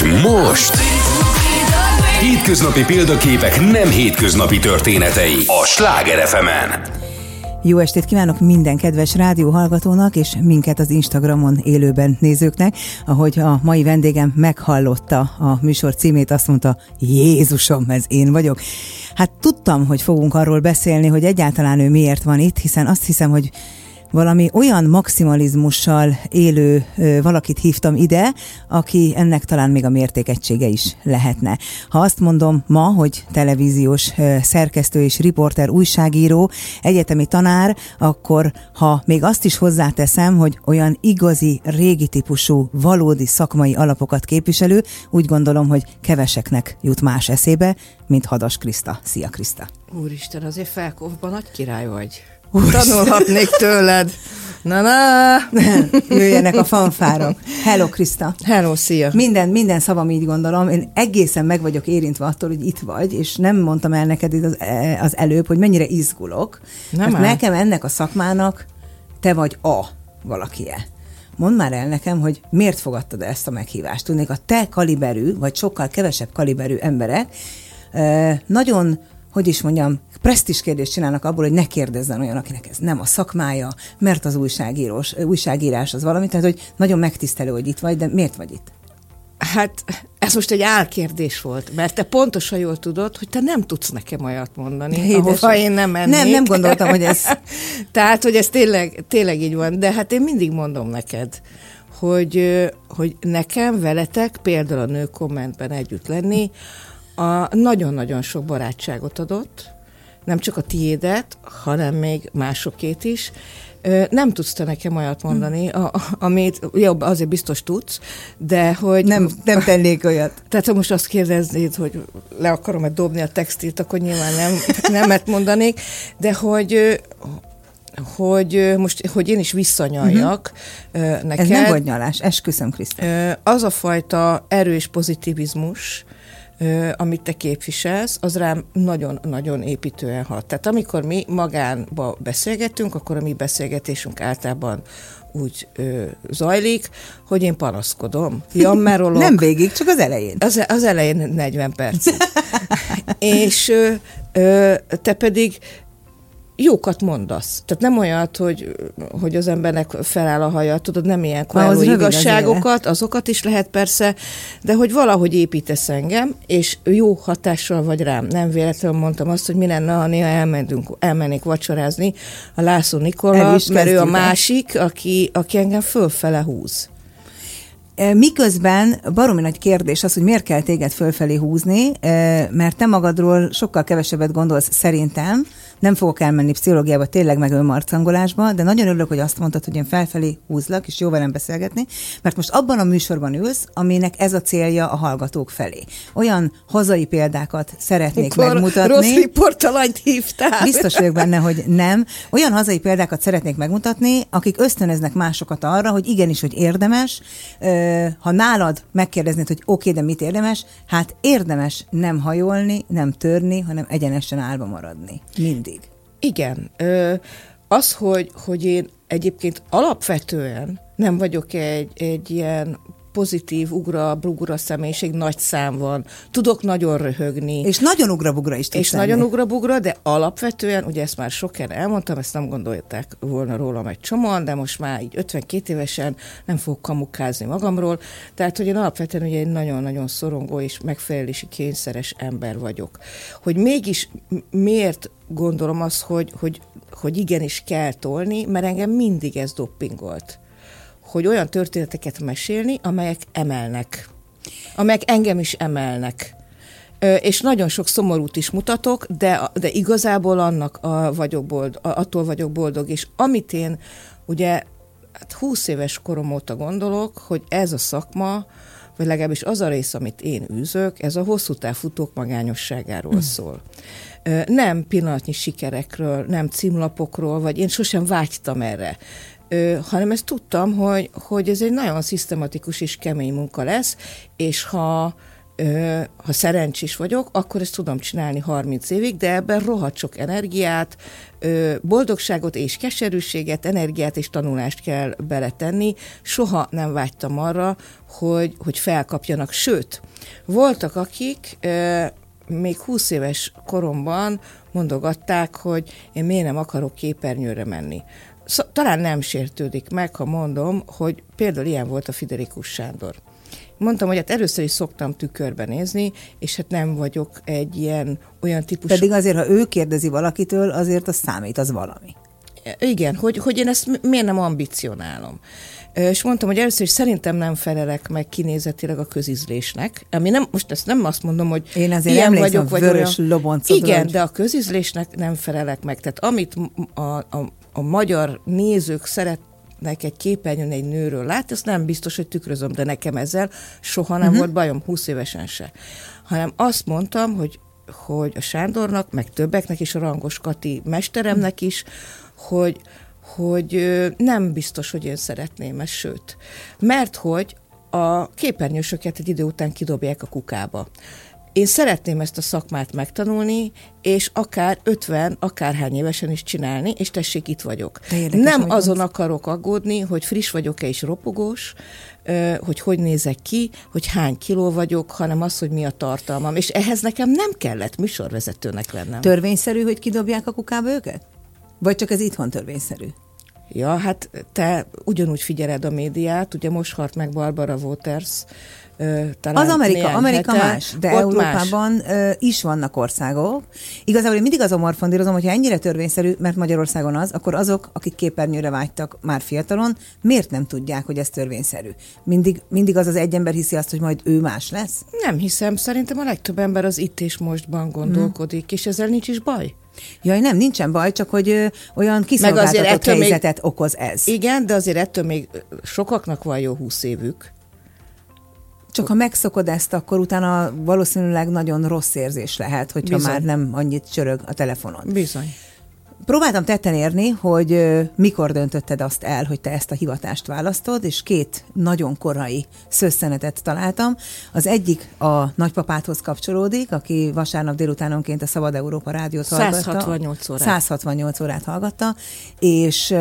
most hétköznapi példaképek nem hétköznapi történetei a Sláger FM-en. Jó estét kívánok minden kedves rádióhallgatónak és minket az Instagramon élőben nézőknek. Ahogy a mai vendégem meghallotta a műsor címét, azt mondta, Jézusom, ez én vagyok. Hát tudtam, hogy fogunk arról beszélni, hogy egyáltalán ő miért van itt, hiszen azt hiszem, hogy valami olyan maximalizmussal élő valakit hívtam ide, aki ennek talán még a mértékegysége is lehetne. Ha azt mondom ma, hogy televíziós szerkesztő és riporter, újságíró, egyetemi tanár, akkor ha még azt is hozzáteszem, hogy olyan igazi, régi típusú, valódi szakmai alapokat képviselő, úgy gondolom, hogy keveseknek jut más eszébe, mint Hadas Kriszta. Szia, Kriszta! Úristen, azért Felkovban nagy király vagy. Tanulhatnék tőled. Na. Jöjjenek a fanfárok. Hello, Kriszta. Hello, szia. Minden szavam így gondolom. Én egészen meg vagyok érintve attól, hogy itt vagy, és nem mondtam el neked az előbb, hogy mennyire izgulok. Mert nekem ennek a szakmának te vagy valakie. Mondd már el nekem, hogy miért fogadtad ezt a meghívást. Tudnék, a te kaliberű, vagy sokkal kevesebb kaliberű emberek nagyon, hogy is mondjam, presztízs kérdést csinálnak abból, hogy ne kérdezzen olyan, akinek ez nem a szakmája, mert az újságírás az valami, tehát hogy nagyon megtisztelő, hogy itt vagy, de miért vagy itt? Hát ez most egy álkérdés volt, mert te pontosan jól tudod, hogy te nem tudsz nekem olyat mondani, ahova én nem mennék. Nem gondoltam, hogy ez... Tehát, hogy ez tényleg így van, de hát én mindig mondom neked, hogy nekem veletek, például a Nő Kommentben együtt lenni, nagyon-nagyon sok barátságot adott, nem csak a tiédet, hanem még másokét is. Nem tudsz te nekem olyat mondani, amit jobb, azért biztos tudsz, de hogy... Nem tennék olyat. Tehát ha most azt kérdeznéd, hogy le akarom-e dobni a textilt, akkor nyilván nemet mondanék, de hogy én is visszanyaljak neked. Ez nem volt nyalás, esküszöm, Kriszta. Az a fajta erős pozitivizmus, amit te képviselsz, az rám nagyon-nagyon építően hat. Tehát amikor mi magánba beszélgetünk, akkor a mi beszélgetésünk általában úgy zajlik, hogy én panaszkodom, jammerolok. Nem végig, csak az elején. Az elején 40 percig. És te pedig jókat mondasz. Tehát nem olyat, hogy az embernek feláll a haja, tudod, nem ilyen komoly igazságokat, azokat is lehet persze, de hogy valahogy építesz engem, és jó hatással vagy rám. Nem véletlenül mondtam azt, hogy mi lenne, ha néha elmennék vacsorázni a László Nikola, mert ő a másik, aki engem fölfele húz. Miközben baromi nagy kérdés az, hogy miért kell téged fölfelé húzni, mert te magadról sokkal kevesebbet gondolsz szerintem, nem fogok elmenni pszichológiába, tényleg meg önmarcangolásba, de nagyon örülök, hogy azt mondtad, hogy én felfelé húzlak, és jó velem beszélgetni, mert most abban a műsorban ülsz, aminek ez a célja a hallgatók felé. Olyan hazai példákat szeretnék megmutatni. Rossz riportalanyt hívtál. Biztos vagyok benne, hogy nem. Olyan hazai példákat szeretnék megmutatni, akik ösztönöznek másokat arra, hogy igenis, hogy érdemes. Ha nálad megkérdeznéd, hogy oké, de mit érdemes? Hát érdemes nem hajolni, nem törni, hanem egyenesen állva maradni. Mindig. Igen. Az, hogy én egyébként alapvetően nem vagyok egy ilyen pozitív ugra-bugra személyiség, nagy szám van. Tudok nagyon röhögni. És nagyon ugra-bugra is tudsz lenni. Nagyon ugra-bugra, de alapvetően, ugye ezt már sokan elmondtam, ezt nem gondolták volna rólam egy csomóan, de most már így 52 évesen nem fogok kamukázni magamról. Tehát, hogy én alapvetően ugye egy nagyon-nagyon szorongó és megfelelési kényszeres ember vagyok. Hogy mégis miért gondolom azt, hogy igenis kell tolni, mert engem mindig ez doppingolt. Hogy olyan történeteket mesélni, amelyek emelnek. Amelyek engem is emelnek. És nagyon sok szomorút is mutatok, de igazából attól vagyok boldog. És amit én ugye 20 éves korom óta gondolok, hogy ez a szakma, vagy legalábbis az a rész, amit én űzök, ez a hosszú táv futók magányosságáról szól. Nem pillanatnyi sikerekről, nem címlapokról, vagy én sosem vágytam erre. Hanem ezt tudtam, hogy ez egy nagyon szisztematikus és kemény munka lesz, és ha ha szerencsés vagyok, akkor ezt tudom csinálni 30 évig, de ebben rohadt sok energiát, boldogságot és keserűséget, energiát és tanulást kell beletenni. Soha nem vágytam arra, hogy felkapjanak. Sőt, voltak, akik még 20 éves koromban mondogatták, hogy én miért nem akarok képernyőre menni. Talán nem sértődik meg, ha mondom, hogy például ilyen volt a Friderikus Sándor. Mondtam, hogy hát először is szoktam tükörbe nézni, és hát nem vagyok egy olyan típusú... Pedig azért, ha ő kérdezi valakitől, azért az számít, az valami. Igen, hogy én ezt miért nem ambicionálom. És mondtam, hogy először is szerintem nem felelek meg kinézetileg a közízlésnek. Ami nem, most ezt nem azt mondom, hogy én azért ilyen vagyok, vagy vörös loboncodra. Igen, de a közízlésnek nem felelek meg. Tehát amit a magyar nézők szeretnek egy képernyőn egy nőről látni, azt nem biztos, hogy tükrözöm, de nekem ezzel soha nem volt bajom, 20 évesen se. Hanem azt mondtam, hogy a Sándornak, meg többeknek is, a Rangos Kati mesteremnek is, hogy nem biztos, hogy én szeretném ezt, sőt. Mert hogy a képernyősöket egy idő után kidobják a kukába. Én szeretném ezt a szakmát megtanulni, és akár 50, akárhány évesen is csinálni, és tessék, itt vagyok. Nem azon akarok aggódni, hogy friss vagyok-e és ropogós, hogy nézek ki, hogy hány kiló vagyok, hanem az, hogy mi a tartalmam. És ehhez nekem nem kellett műsorvezetőnek lennem. Törvényszerű, hogy kidobják a kukába őket? Vagy csak ez itthon törvényszerű? Ja, hát te ugyanúgy figyeled a médiát, ugye most halt meg Barbara Waters, az Amerika más, de Európában más. Is vannak országok. Igazából én mindig azon morfondírozom, hogyha ennyire törvényszerű, mert Magyarországon az, akkor azok, akik képernyőre vágytak már fiatalon, miért nem tudják, hogy ez törvényszerű? Mindig az egy ember hiszi azt, hogy majd ő más lesz? Nem hiszem, szerintem a legtöbb ember az itt és mostban gondolkodik, és ezzel nincs is baj. Jaj, nem, nincsen baj, csak hogy olyan kiszolgáltatott helyzetet okoz ez. Igen, de azért ettől még sokaknak van jó 20 évük. Csak ha megszokod ezt, akkor utána valószínűleg nagyon rossz érzés lehet, hogyha bizony. Már nem annyit csörög a telefonon. Bizony. Próbáltam tetten érni, hogy mikor döntötted azt el, hogy te ezt a hivatást választod, és 2 nagyon korai szösszenetet találtam. Az egyik a nagypapádhoz kapcsolódik, aki vasárnap délutánonként a Szabad Európa rádiót hallgatta. 168 órát. 168 órát hallgatta, és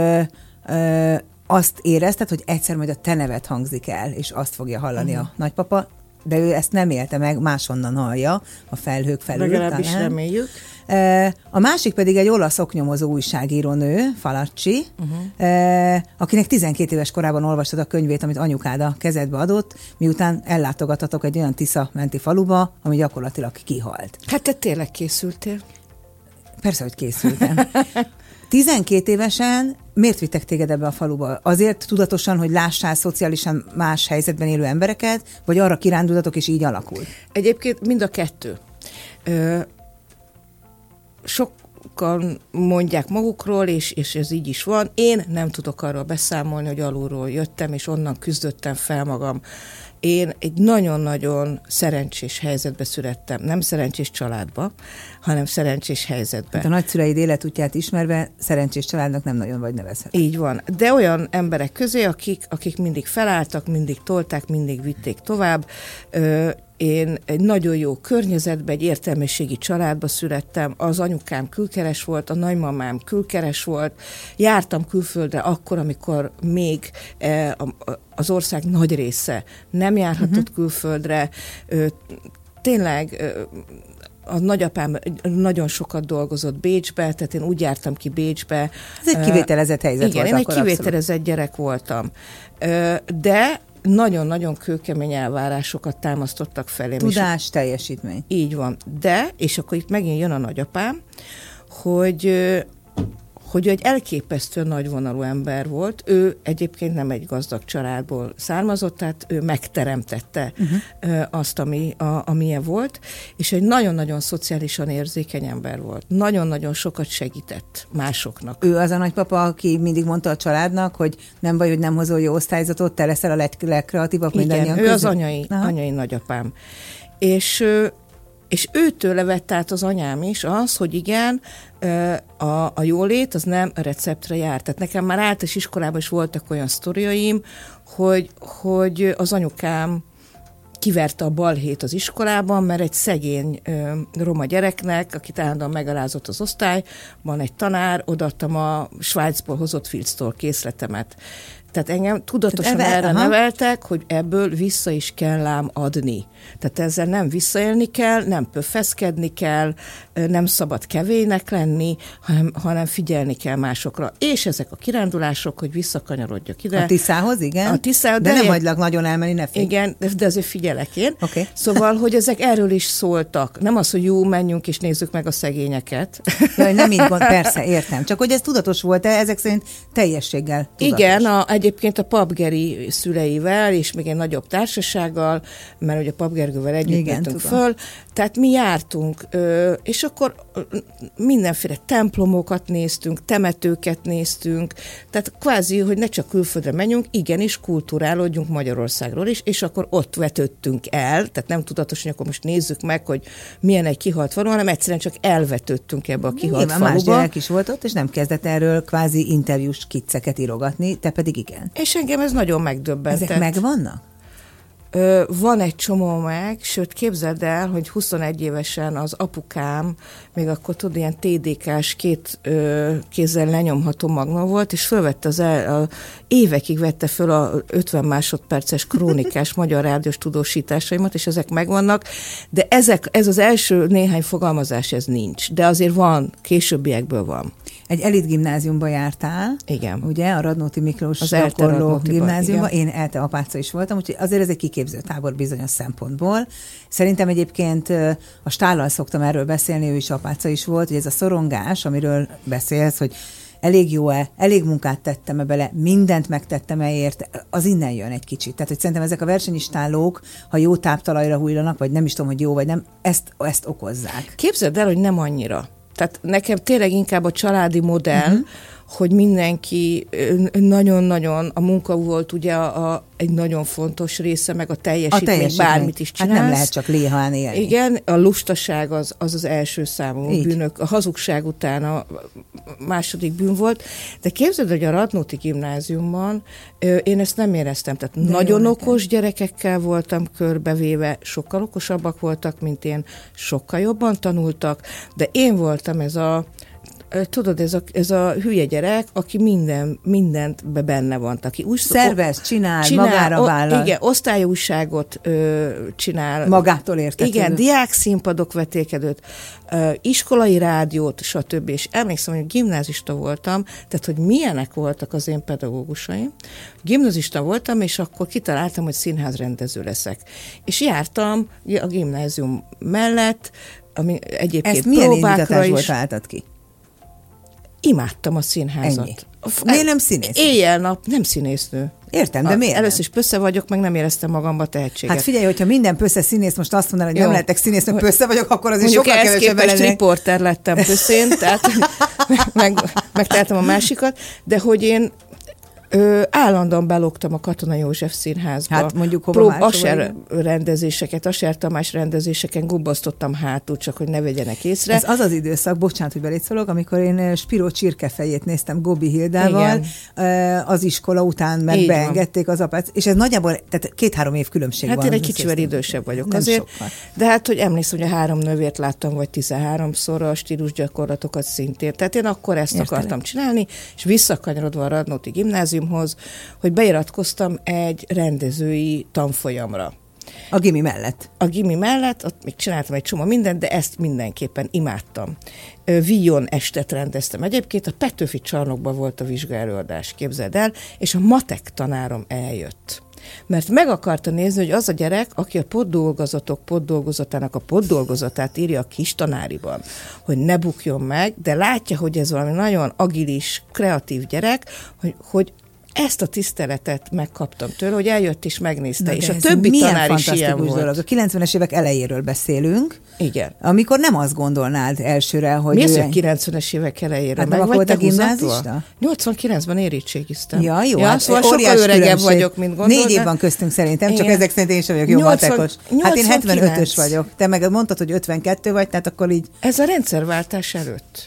azt érezted, hogy egyszer majd a te neved hangzik el, és azt fogja hallani a nagypapa, de ő ezt nem élte meg, máshonnan hallja, a felhők felül. Legalábbis reméljük. A másik pedig egy olasz oknyomozó újságírónő, Falacci, akinek 12 éves korában olvastad a könyvét, amit anyukád a kezedbe adott, miután ellátogatatok egy olyan Tisza menti faluba, ami gyakorlatilag kihalt. Hát te tényleg készültél? Persze, hogy készültem. 12 évesen miért vittek téged ebbe a faluba? Azért tudatosan, hogy lássál szociálisan más helyzetben élő embereket, vagy arra kirándultatok, és így alakult? Egyébként mind a kettő. Sokan mondják magukról, és ez így is van. Én nem tudok arról beszámolni, hogy alulról jöttem, és onnan küzdöttem fel magam. Én egy nagyon-nagyon szerencsés helyzetbe születtem. Nem szerencsés családba, hanem szerencsés helyzetbe. Hát a nagyszüleid életútját ismerve szerencsés családnak nem nagyon vagy nevezhető. Így van. De olyan emberek közé, akik mindig felálltak, mindig tolták, mindig vitték tovább. Én egy nagyon jó környezetben, egy értelmiségi családba születtem, az anyukám külkeres volt, a nagymamám külkeres volt, jártam külföldre akkor, amikor még az ország nagy része nem járhatott külföldre. Tényleg a nagyapám nagyon sokat dolgozott Bécsbe, tehát én úgy jártam ki Bécsbe. Ez egy kivételezett helyzet igen, volt. Igen, én egy kivételezett gyerek voltam. De nagyon-nagyon kőkemény elvárásokat támasztottak felém. Tudás, teljesítmény. Így van. De, és akkor itt megint jön a nagyapám, hogy egy elképesztő nagyvonalú ember volt. Ő egyébként nem egy gazdag családból származott, tehát ő megteremtette azt, amilyen volt, és egy nagyon-nagyon szociálisan érzékeny ember volt. Nagyon-nagyon sokat segített másoknak. Ő az a nagypapa, aki mindig mondta a családnak, hogy nem baj, hogy nem hozol jó osztályzatot, te leszel a legkreatívabb mindannyian közül. Igen, ő az anyai nagyapám. És őtől vett át az anyám is az, hogy igen, a jólét az nem receptre jár. Tehát nekem már általános iskolában is voltak olyan sztoriaim, hogy az anyukám kiverte a balhét az iskolában, mert egy szegény roma gyereknek, akit állandóan megalázott az osztály, van egy tanár, odaadtam a Svájcból hozott Filztól készletemet. Tehát engem tudatosan erre neveltek, hogy ebből vissza is kell ám adni. Tehát ezzel nem visszaélni kell, nem pöffeszkedni kell, nem szabad kevélynek lenni, hanem figyelni kell másokra. És ezek a kirándulások, hogy visszakanyarodjak ide. A Tiszához, igen? A Tiszához, de nem hagylak nagyon elmenni, ne félj. Igen, de azért figyelek én. Okay. Szóval, hogy ezek erről is szóltak. Nem az, hogy jó, menjünk és nézzük meg a szegényeket. Jaj, nem így van, persze, értem. Csak hogy ez tudatos volt-e, ezek szerint teljességgel tudatos. Igen, egyébként a Pap Geri szüleivel, és még egy nagyobb társasággal, mert ugye a Pap Gergővel együtt jöttünk föl, tehát mi jártunk, és akkor mindenféle templomokat néztünk, temetőket néztünk, tehát kvázi, hogy ne csak külföldre menjünk, igenis kulturálódjunk Magyarországról is, és akkor ott vetődtünk el, tehát nem tudatosan, hogy akkor most nézzük meg, hogy milyen egy kihalt falu, hanem egyszerűen csak elvetődtünk ebbe a kihalt faluba. Más gyerek is volt ott, és nem kezdett erről kvázi interjús kicceket írogatni, te pedig igen. És engem ez nagyon megdöbbentett. Ezek megvannak? Van egy csomó meg, sőt képzeld el, hogy 21 évesen az apukám, még akkor tudod, ilyen TDK-s kézzel lenyomható magna volt, és fölvette évekig vette föl a 50 másodperces krónikás magyar rádiós tudósításaimat, és ezek megvannak, de ez az első néhány fogalmazás, ez nincs, de azért van, későbbiekből van. Egy elit gimnáziumba jártál, igen. Ugye, a Radnóti Miklós gyakorló gimnáziumban, én ELTE apáca is voltam, úgyhogy azért ez egy kiképző tábor bizonyos szempontból. Szerintem egyébként a Stállal szoktam erről beszélni, ő is apáca is volt, hogy ez a szorongás, amiről beszélsz, hogy elég jó-e, elég munkát tettem-e bele, mindent megtettem-e érte, az innen jön egy kicsit. Tehát, hogy szerintem ezek a versenyistálók, ha jó táptalajra hullanak, vagy nem is tudom, hogy jó vagy nem, ezt okozzák. Képzeld el, hogy nem annyira. Tehát nekem tényleg inkább a családi modell, hogy mindenki nagyon-nagyon, a munka volt ugye egy nagyon fontos része, meg a teljesítmény, bármit is csinálsz. Hát nem lehet csak léhán élni. Igen, a lustaság az első számú bűnök, a hazugság után a második bűn volt, de képzeld, hogy a Radnóti gimnáziumban én ezt nem éreztem, tehát de nagyon okos gyerekekkel voltam körbevéve, sokkal okosabbak voltak, mint én, sokkal jobban tanultak, de én voltam tudod, ez a hülye gyerek, aki mindent benne van. Aki úgy szervez, csinál, magára vállal. Igen, osztályújságot csinál. Magától értetődő. Igen, diákszínpadok vetélkedőt, iskolai rádiót, stb. És emlékszem, hogy gimnázista voltam, tehát, hogy milyenek voltak az én pedagógusaim. Gimnázista voltam, és akkor kitaláltam, hogy színházrendező leszek. És jártam a gimnázium mellett, ami egyébként ezt milyen indítatásból találtad ki? Imádtam a színházat. Ennyi. Miért nem színésznő? Éjjel-nap, nem színésznő. Értem, de miért? Először is pössze vagyok, meg nem éreztem magamba tehetséget. Hát figyelj, hogyha minden pössze színész most azt mondaná, hogy nem lehetek színésznő, pössze vagyok, akkor azért sokkal kevesebb lennék. Riporter lettem pösszén, tehát megtaláltam a másikat, de hogy én állandóan belógtam a Katona József Színházba. Hát mondjuk hova Asser rendezéseket, Asser Tamás rendezéseken gubbasztottam hátul, csak hogy ne vegyenek észre. Ez az az időszak, bocsánat, hogy belétszolok, amikor én Spiró csirkefejét néztem Gobi Hildával, az iskola után, mert beengedték az apát, és ez nagyjából, tehát 2-3 év különbség van. Hát én egy kicsivel idősebb vagyok nem azért, sokkal. De hát, hogy emlékszem, hogy a 3 nővért láttam, vagy 13-szor a stílusgyakorlatokat szintén. Tehát én akkor ezt akartam csinálni, és visszakanyarodva a Radnóti gimnázium, hogy beiratkoztam egy rendezői tanfolyamra. A gimi mellett? A gimi mellett, ott még csináltam egy csomó mindent, de ezt mindenképpen imádtam. Villon estet rendeztem. Egyébként a Petőfi Csarnokban volt a vizsgaelőadás, képzeld el, és a matek tanárom eljött. Mert meg akarta nézni, hogy az a gyerek, aki a poddolgozatának a poddolgozatát írja a kis tanáriban, hogy ne bukjon meg, de látja, hogy ez valami nagyon agilis, kreatív gyerek, hogy ezt a tiszteletet megkaptam tőle, hogy eljött és megnézte, és a többi tanár is ilyen volt. Dolog. A 90-es évek elejéről beszélünk. Igen. Amikor nem azt gondolnád elsőre, hogy... Mi az, hogy 90-es évek elejéről? Hát meg volt a gimnázista? 89-ben érettségiztem. Ja, jó. Ja, szóval sokkal öregebb vagyok, mint gondolod. 4 év van köztünk szerintem, csak ezek szerint én sem vagyok jó matekos. Hát én 75-ös vagyok. Te meg mondtad, hogy 52 vagy, tehát akkor így... Ez a rendszerváltás előtt.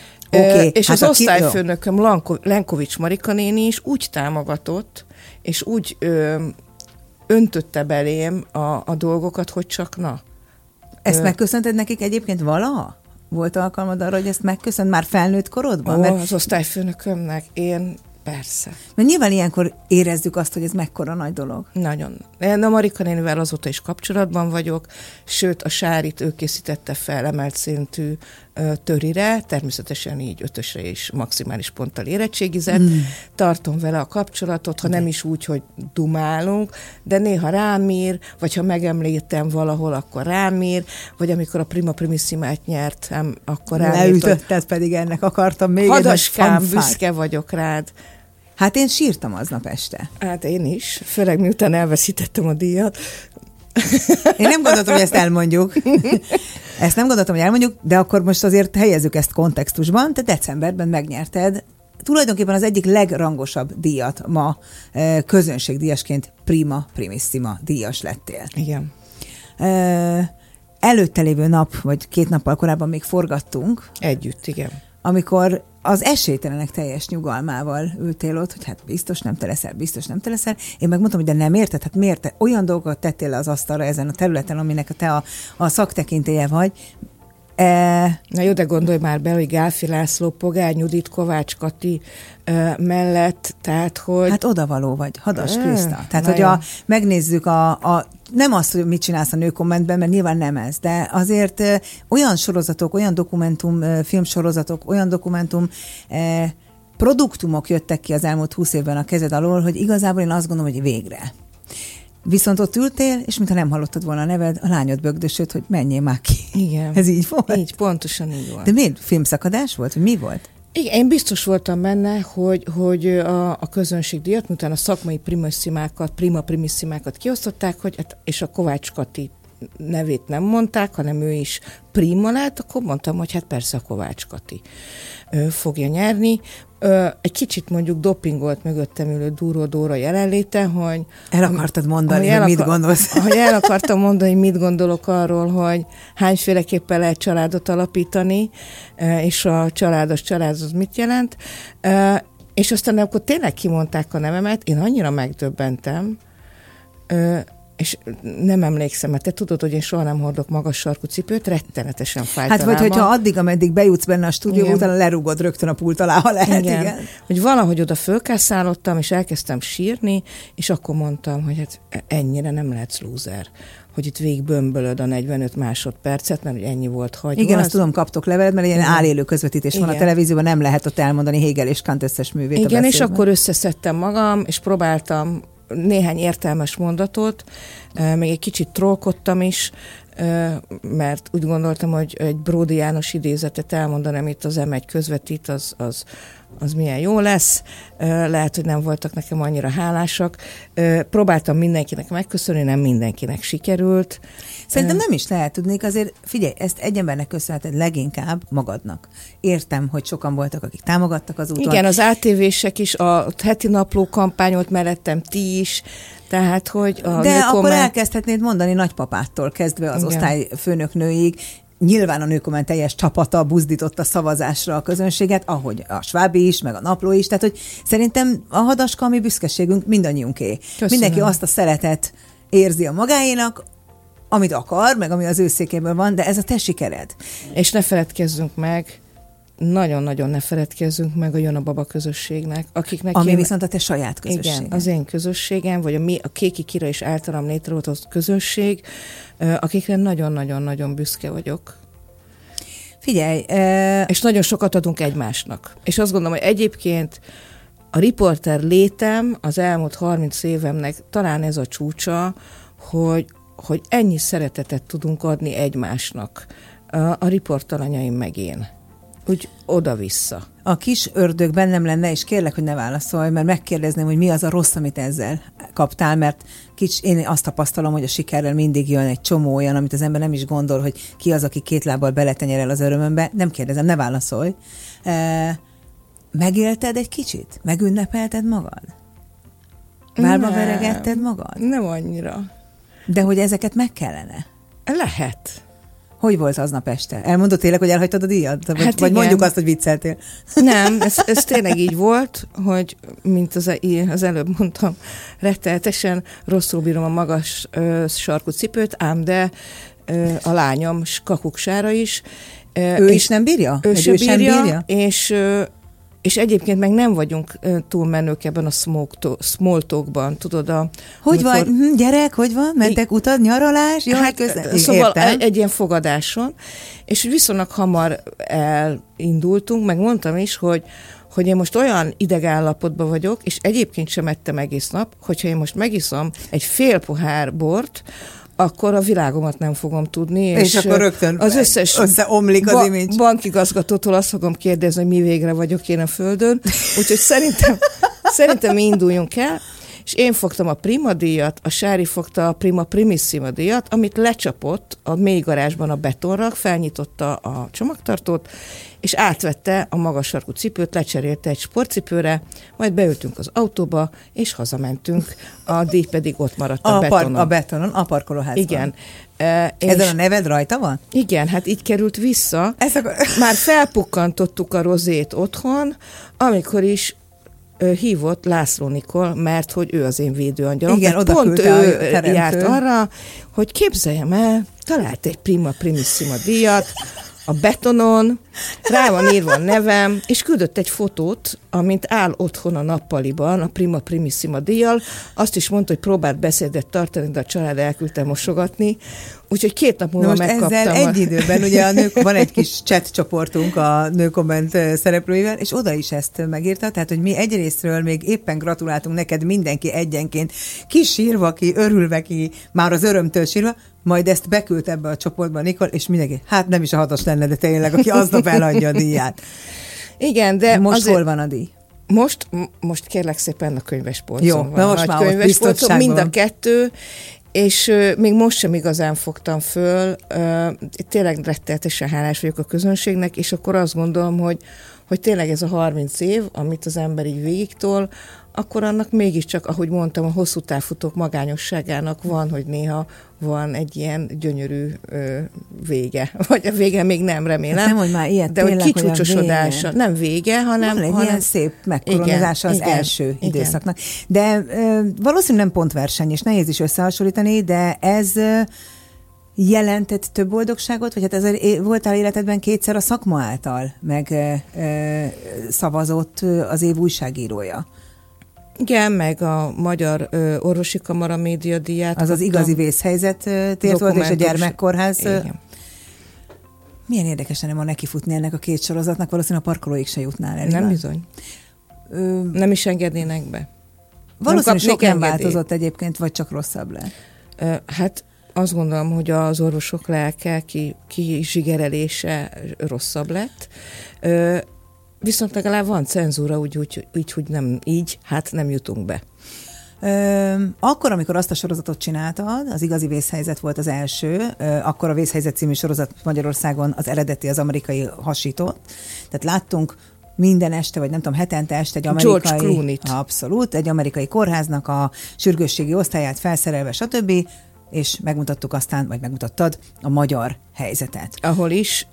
Okay, és hát az osztályfőnököm Lenkovics Marika néni is úgy támogatott, és úgy öntötte belém a dolgokat, hogy csak na. Ezt megköszönted nekik egyébként valaha? Volt alkalmad arra, hogy ezt megköszönt már felnőtt korodban? Mert az osztályfőnökömnek én persze. Mert nyilván ilyenkor érezzük azt, hogy ez mekkora nagy dolog. Nagyon. Én a Marika nénivel azóta is kapcsolatban vagyok, sőt a Sárit ő készítette fel emelt szintű törire, természetesen így 5-ösre is maximális ponttal érettségizett. Tartom vele a kapcsolatot, ha nem is úgy, hogy dumálunk, de néha rám ír, vagy ha megemlítem valahol, akkor rám ír, vagy amikor a Prima Primissimát nyertem, akkor rám írt. Leütötted, pedig ennek akartam még Hadaskám, büszke vagyok rád. Hát én sírtam aznap este. Hát én is, főleg miután elveszítettem a díjat. Én nem gondoltam, hogy ezt elmondjuk. Ezt nem gondoltam, hogy elmondjuk, de akkor most azért helyezzük ezt kontextusban. Te decemberben megnyerted tulajdonképpen az egyik legrangosabb díjat ma, közönségdíjasként Prima Primissima díjas lettél. Igen. Előtte lévő nap, vagy 2 nappal korábban még forgattunk. Együtt, igen. Amikor az esélytelenek teljes nyugalmával ültél ott, hogy hát biztos nem te leszel. Én megmondtam, hogy de nem érted, hát miért te olyan dolgokat tettél le az asztalra ezen a területen, aminek te a szaktekintélye vagy. Na jó, de gondolj már be, hogy Gálfi László, Pogány Judit, Kovács Kati mellett, tehát hogy... Hát odavaló vagy, Hadas Kriszta. Tehát, hogy megnézzük nem azt, hogy mit csinálsz a nőkommentben, mert nyilván nem ez, de azért olyan sorozatok, olyan dokumentum, filmsorozatok, olyan dokumentum produktumok jöttek ki az elmúlt 20 évben a kezed alól, hogy igazából én azt gondolom, hogy végre. Viszont ott ültél, és mintha nem hallottad volna a neved, a lányod bögdösöd, hogy menjél már ki. Igen. Ez így volt? Így, pontosan így volt. De miért? Filmszakadás volt? Vagy mi volt? Igen, én biztos voltam benne, hogy a közönségdíjat, miután a szakmai Prima Primissimákat kiosztották, és a Kovács Kati nevét nem mondták, hanem ő is Prima lett, akkor mondtam, hogy hát persze a Kovács Kati fogja nyerni. Egy kicsit mondjuk dopingolt mögöttem ülő Dúró Dóra jelenléte, hogy... El akartad mondani, hogy mit gondolsz? Hogy el akartam mondani, hogy mit gondolok arról, hogy hányféleképpen lehet családot alapítani, és a családos család az mit jelent. És aztán akkor tényleg kimondták a nevemet, én annyira megdöbbentem, és nem emlékszem, mert te tudod, hogy én soha nem hordok magas sarkú cipőt, rettenetesen fájt hát vagy hogyha addig, ameddig bejutsz benne a stúdióba, utána lerúgod rögtön a pult alá, ha lehet, igen. Hogy valahogy oda fölkászálottam, és elkezdtem sírni, és akkor mondtam, hogy hát ennyire nem lehetsz lúzer, hogy itt végig bömbölöd a 45 másodpercet, mert ennyi volt hagyva. Igen, azt tudom, kaptok levelet, mert ilyen állélő közvetítés van a televízióban, nem lehet ott elmondani Hegel és Kant összes művét. Igen, és akkor összeszedtem magam, és próbáltam néhány értelmes mondatot, még egy kicsit trollkodtam is, mert úgy gondoltam, hogy egy Bródi János idézetet elmondanám itt az M1 közvetít, az milyen jó lesz. Lehet, hogy nem voltak nekem annyira hálásak. Próbáltam mindenkinek megköszönni, nem mindenkinek sikerült. Szerintem nem is lehet tudni, azért figyelj, ezt egy embernek köszönheted leginkább magadnak. Értem, hogy sokan voltak, akik támogattak az úton. Igen, az ATV-sek is, a heti napló kampányolt mellettem, ti is, tehát, hogy de akkor elkezdhetnéd mondani nagypapától kezdve az osztályfőnöknőig. Nyilván a Nőkomment teljes csapata buzdította szavazásra a közönséget, ahogy a Svábi is, meg a Napló is. Tehát, hogy szerintem a Hadaska, ami büszkeségünk, mindannyiunké. Köszönöm. Mindenki azt a szeretet érzi a magáénak, amit akar, meg ami az ő székéből van, de ez a te sikered. És ne feledkezzünk meg, nagyon-nagyon ne feledkezzünk meg a Jön a Baba közösségnek, akiknek ami viszont a te saját közösséged. Igen, az én közösségem, vagy a Kéki Kira és általam létrehozott közösség, akikre nagyon-nagyon-nagyon büszke vagyok. Figyelj! És nagyon sokat adunk egymásnak. És azt gondolom, hogy egyébként a riporter létem az elmúlt 30 évemnek talán ez a csúcsa, hogy ennyi szeretetet tudunk adni egymásnak. A riportalanyaim meg én. Úgy oda-vissza. A kis ördög bennem lenne, és kérlek, hogy ne válaszolj, mert megkérdezném, hogy mi az a rossz, amit ezzel kaptál, mert én azt tapasztalom, hogy a sikerrel mindig jön egy csomó olyan, amit az ember nem is gondol, hogy ki az, aki 2 lábbal beletenyerel az örömömbe. Nem kérdezem, ne válaszolj. Megélted egy kicsit? Megünnepelted magad? Várba veregetted magad? Nem annyira. De hogy ezeket meg kellene? Lehet. Hogy volt aznap este? Elmondod tényleg, hogy elhagytad a díjat? Vagy mondjuk azt, hogy vicceltél? Nem, ez tényleg így volt, hogy mint az előbb mondtam, rettenetesen rosszul bírom a magas sarkú cipőt, ám de a lányom kakuksára is. Ő is nem bírja? Ő sem bírja, és egyébként meg nem vagyunk túl menők ebben a small talkban, tudod? Hogy van? Gyerek, hogy van? Mentek utad, nyaralás? Jaj, hát, szóval egy ilyen fogadáson, és viszonylag hamar elindultunk, meg mondtam is, hogy én most olyan idegállapotban vagyok, és egyébként sem ettem egész nap, hogyha én most megiszom egy fél pohár bort, akkor a világomat nem fogom tudni. És akkor rögtön az összes összeomlik az image. Bankigazgatótól azt fogom kérdezni, hogy mi végre vagyok én a földön. Úgyhogy szerintem mi induljunk el, és én fogtam a Prima díjat, a Sári fogta a Prima Primissima díjat, amit lecsapott a mély garázsban a betonra, felnyitotta a csomagtartót, és átvette a magas sarkú cipőt, lecserélte egy sportcipőre, majd beültünk az autóba, és hazamentünk. A díj pedig ott maradt a betonon. A betonon, a parkolóházban. Igen. Ezen a neved rajta van? Igen, hát így került vissza. Már felpukkantottuk a rozét otthon, amikor is hívott László Nikol, mert hogy ő az én védőangyalom. Igen, oda pont ő teremtő. Járt arra, hogy képzeljem el, talált egy Prima Primissima díjat a betonon, rá van írva a nevem, és küldött egy fotót, amint áll otthon a nappaliban a Prima Primissima díjjal. Azt is mondta, hogy próbált beszédet tartani, de a család elküldte mosogatni. Úgyhogy 2 nap múlva megkaptam. Ezzel egy időben, ugye a nők, van egy kis chat csoportunk a Nőkomment szereplőivel, és oda is ezt megírta, tehát, hogy mi egyrésztről még éppen gratuláltunk neked mindenki egyenként, ki sírva, ki örülve, ki már az örömtől sírva, majd ezt beküldt ebbe a csoportba Nikol, és mindenki, hát nem is a 6-os lenne, de tényleg, aki aznap eladja a díját. Igen, de most hol van a díj? Most kérlek szépen a könyvespolcon van. Jó, most már ott biztonságban mind a 2, és még most sem igazán fogtam föl. Tényleg rettenetesen hálás vagyok a közönségnek, és akkor azt gondolom, hogy tényleg ez a 30 év, amit az ember így végigtol, akkor annak mégiscsak, ahogy mondtam, a hosszú távfutók magányosságának van, hogy néha van egy ilyen gyönyörű vége. Vagy a vége még nem, remélem. Hát nem, hogy már ilyet de tényleg, hogy kicsúcsosodása. Nem vége, hanem... Van egy ilyen szép megkoronázása az első időszaknak. De valószínűleg nem pontverseny, és nehéz is összehasonlítani, de ez jelentett több boldogságot, vagy hát voltál életedben 2-szer a szakma által meg szavazott az év újságírója. Igen, meg a Magyar Orvosi Kamara médiadíját. Az igazi vészhelyzetért volt, és a gyermekkórház. Igen. Milyen érdekes lenne ma nekifutni ennek a 2 sorozatnak, valószínűleg a parkolóig se jutnál el. Nem bizony. Nem is engednének be. Valószínűleg sok nem változott egyébként, vagy csak rosszabb lett. Hát azt gondolom, hogy az orvosok lelke kizsigerelése rosszabb lett. Viszont legalább van cenzúra, úgy, hogy nem így, hát nem jutunk be. Akkor, amikor azt a sorozatot csináltad, az igazi vészhelyzet volt az első, akkor a Vészhelyzet című sorozat Magyarországon az eredeti, az amerikai hasított. Tehát láttunk minden este, vagy nem tudom, hetente este egy amerikai... George Clooney-t. Abszolút, egy amerikai kórháznak a sürgősségi osztályát felszerelve, stb., és megmutattuk aztán, vagy megmutattad a magyar helyzetet. Ahol is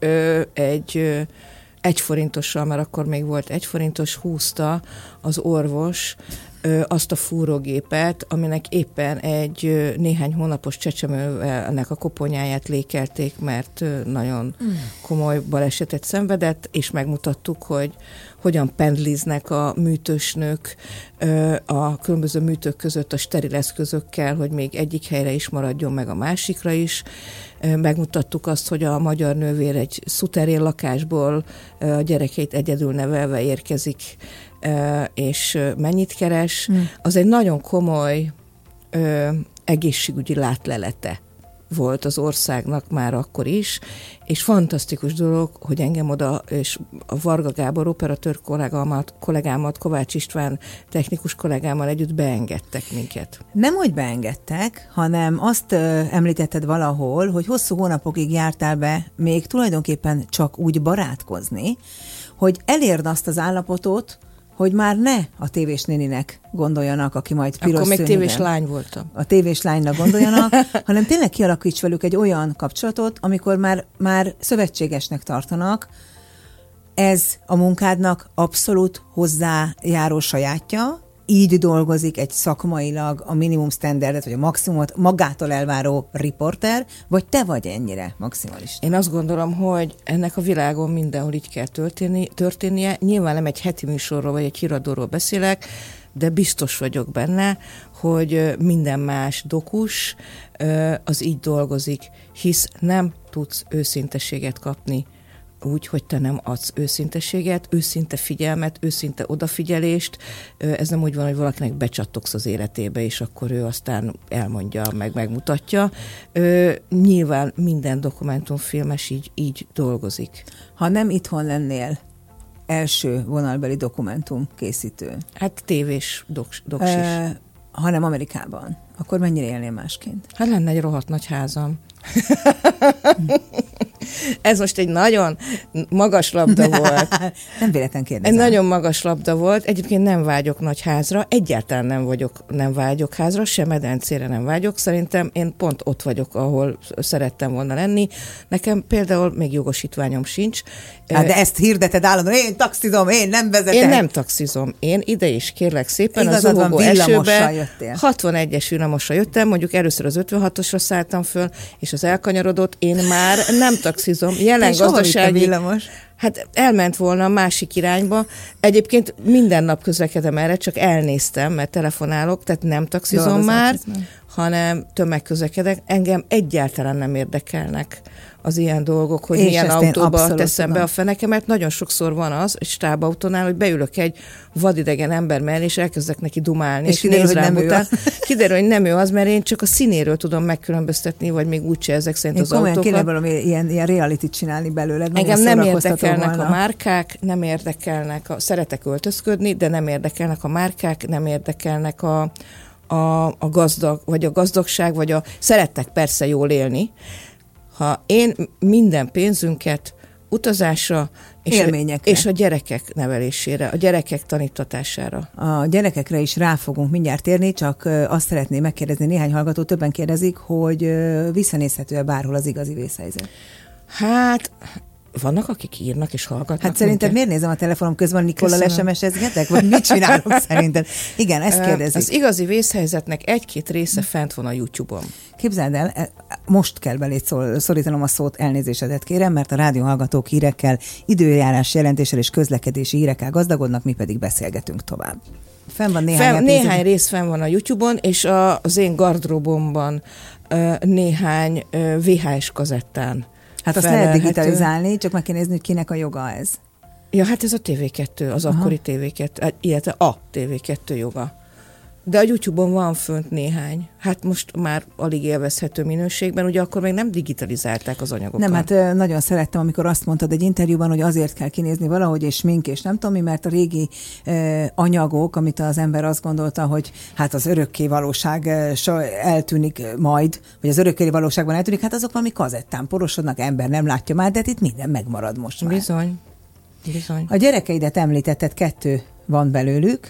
egy forintossal, mert akkor még volt 1 forintos, húzta az orvos azt a fúrógépet, aminek éppen egy néhány hónapos csecsemővel ennek a koponyáját lékelték, mert nagyon komoly balesetet szenvedett, és megmutattuk, hogy hogyan pendliznek a műtősnők a különböző műtők között a steril eszközökkel, hogy még egyik helyre is maradjon, meg a másikra is. Megmutattuk azt, hogy a magyar nővér egy szuterén lakásból a gyerekeit egyedül nevelve érkezik, és mennyit keres. Az egy nagyon komoly egészségügyi látlelete volt az országnak már akkor is, és fantasztikus dolog, hogy engem oda, és a Varga Gábor operatőr kollégámat, Kovács István technikus kollégámmal együtt beengedtek minket. Nem, hogy beengedtek, hanem azt említetted valahol, hogy hosszú hónapokig jártál be még tulajdonképpen csak úgy barátkozni, hogy elérd azt az állapotot, hogy már ne a tévés néninek gondoljanak, aki majd piros Akkor még szőnyegen. tévés lány voltam. A tévés lánynak gondoljanak, hanem tényleg kialakíts velük egy olyan kapcsolatot, amikor már szövetségesnek tartanak. Ez a munkádnak abszolút hozzájáró sajátja, így dolgozik egy szakmailag a minimum standardet, vagy a maximumot magától elváró riporter, vagy te vagy ennyire maximalista? Én azt gondolom, hogy ennek a világon mindenhol így kell történnie. Nyilván nem egy heti műsorról, vagy egy híradóról beszélek, de biztos vagyok benne, hogy minden más dokus az így dolgozik, hisz nem tudsz őszinteséget kapni úgy, hogy te nem adsz őszinteséget, őszinte figyelmet, őszinte odafigyelést. Ez nem úgy van, hogy valakinek becsattogsz az életébe, és akkor ő aztán elmondja, megmutatja. Nyilván minden dokumentumfilmes így dolgozik. Ha nem itthon lennél első vonalbeli dokumentum készítő. Hát tévés doks is. Hanem Amerikában. Akkor mennyire élnél másként? Hát lenne egy rohadt nagy házam. Ez most egy nagyon magas labda volt. Nem véletlen kérdezem. Egy nagyon magas labda volt. Egyébként nem vágyok nagy házra. Egyáltalán nem vágyok házra, sem medencére nem vágyok. Szerintem én pont ott vagyok, ahol szerettem volna lenni. Nekem például még jogosítványom sincs. Hát de ezt hirdeted állandóan, én taxizom, én nem vezetek. Én nem taxizom. Én ide is kérlek szépen igazad az zuhogó esőbe 61-es villamosra jöttem, mondjuk először az 56-osra szálltam föl, és az elkanyarodott, én már nem taxizom. Jelen gazdasági... Hát elment volna a másik irányba. Egyébként minden nap közlekedem erre, csak elnéztem, mert telefonálok, tehát nem taxizom már, hanem tömegközlekedek. Engem egyáltalán nem érdekelnek az ilyen dolgok, hogy milyen autóba teszem be a fenekemet. Nagyon sokszor van az, egy stábautónál, hogy beülök egy vadidegen ember mellé, és elkezdek neki dumálni, és néz rám után. Kiderül, hogy nem ő az, mert én csak a színéről tudom megkülönböztetni, vagy még úgyse ezek szerint az autókat. Kéne valami ilyen reality csinálni belőled. Engem nem érdekelnek a márkák, nem érdekelnek, szeretek öltözködni, de nem érdekelnek a márkák, nem érdekelnek a gazdag, vagy a gazdagság, vagy szerettek persze jól élni. Én minden pénzünket utazásra és a gyerekek nevelésére, a gyerekek tanítatására. A gyerekekre is rá fogunk mindjárt térni, csak azt szeretném megkérdezni, néhány hallgató többen kérdezik, hogy visszanézhető-e bárhol az igazi vészhelyzet? Hát... Vannak, akik írnak és hallgatnak. Hát szerinted miért nézem a telefonom közben, Nikollal SMS-ezgetek? Vagy mit csinálok szerinted? Igen, ezt kérdezik. Az igazi vészhelyzetnek egy-két része fent van a YouTube-on. Képzeld el, most kell belét szorítanom a szót, elnézésedet kérem, mert a rádióhallgatók hírekkel, időjárás jelentéssel és közlekedési hírekkel gazdagodnak, mi pedig beszélgetünk tovább. Fenn van néhány rész fenn van a YouTube-on, és az én gardróbomban néhány VHS kazettán. Hát azt lehet digitalizálni, csak meg kell nézni, hogy kinek a joga ez. Ja, hát ez a TV2, az akkori TV2, illetve a TV2 joga. De a YouTube-on van fönt néhány. Hát most már alig élvezhető minőségben, ugye akkor még nem digitalizálták az anyagokat. Nem, hát nagyon szerettem, amikor azt mondtad egy interjúban, hogy azért kell kinézni valahogy, és smink, és nem tudom mi, mert a régi anyagok, amit az ember azt gondolta, hogy hát az örökké valóság eltűnik majd, vagy az örökké valóságban eltűnik, hát azok valami kazettán porosodnak, ember nem látja már, de hát itt minden megmarad most már. Bizony. A gyerekeidet említetted, 2 van belőlük,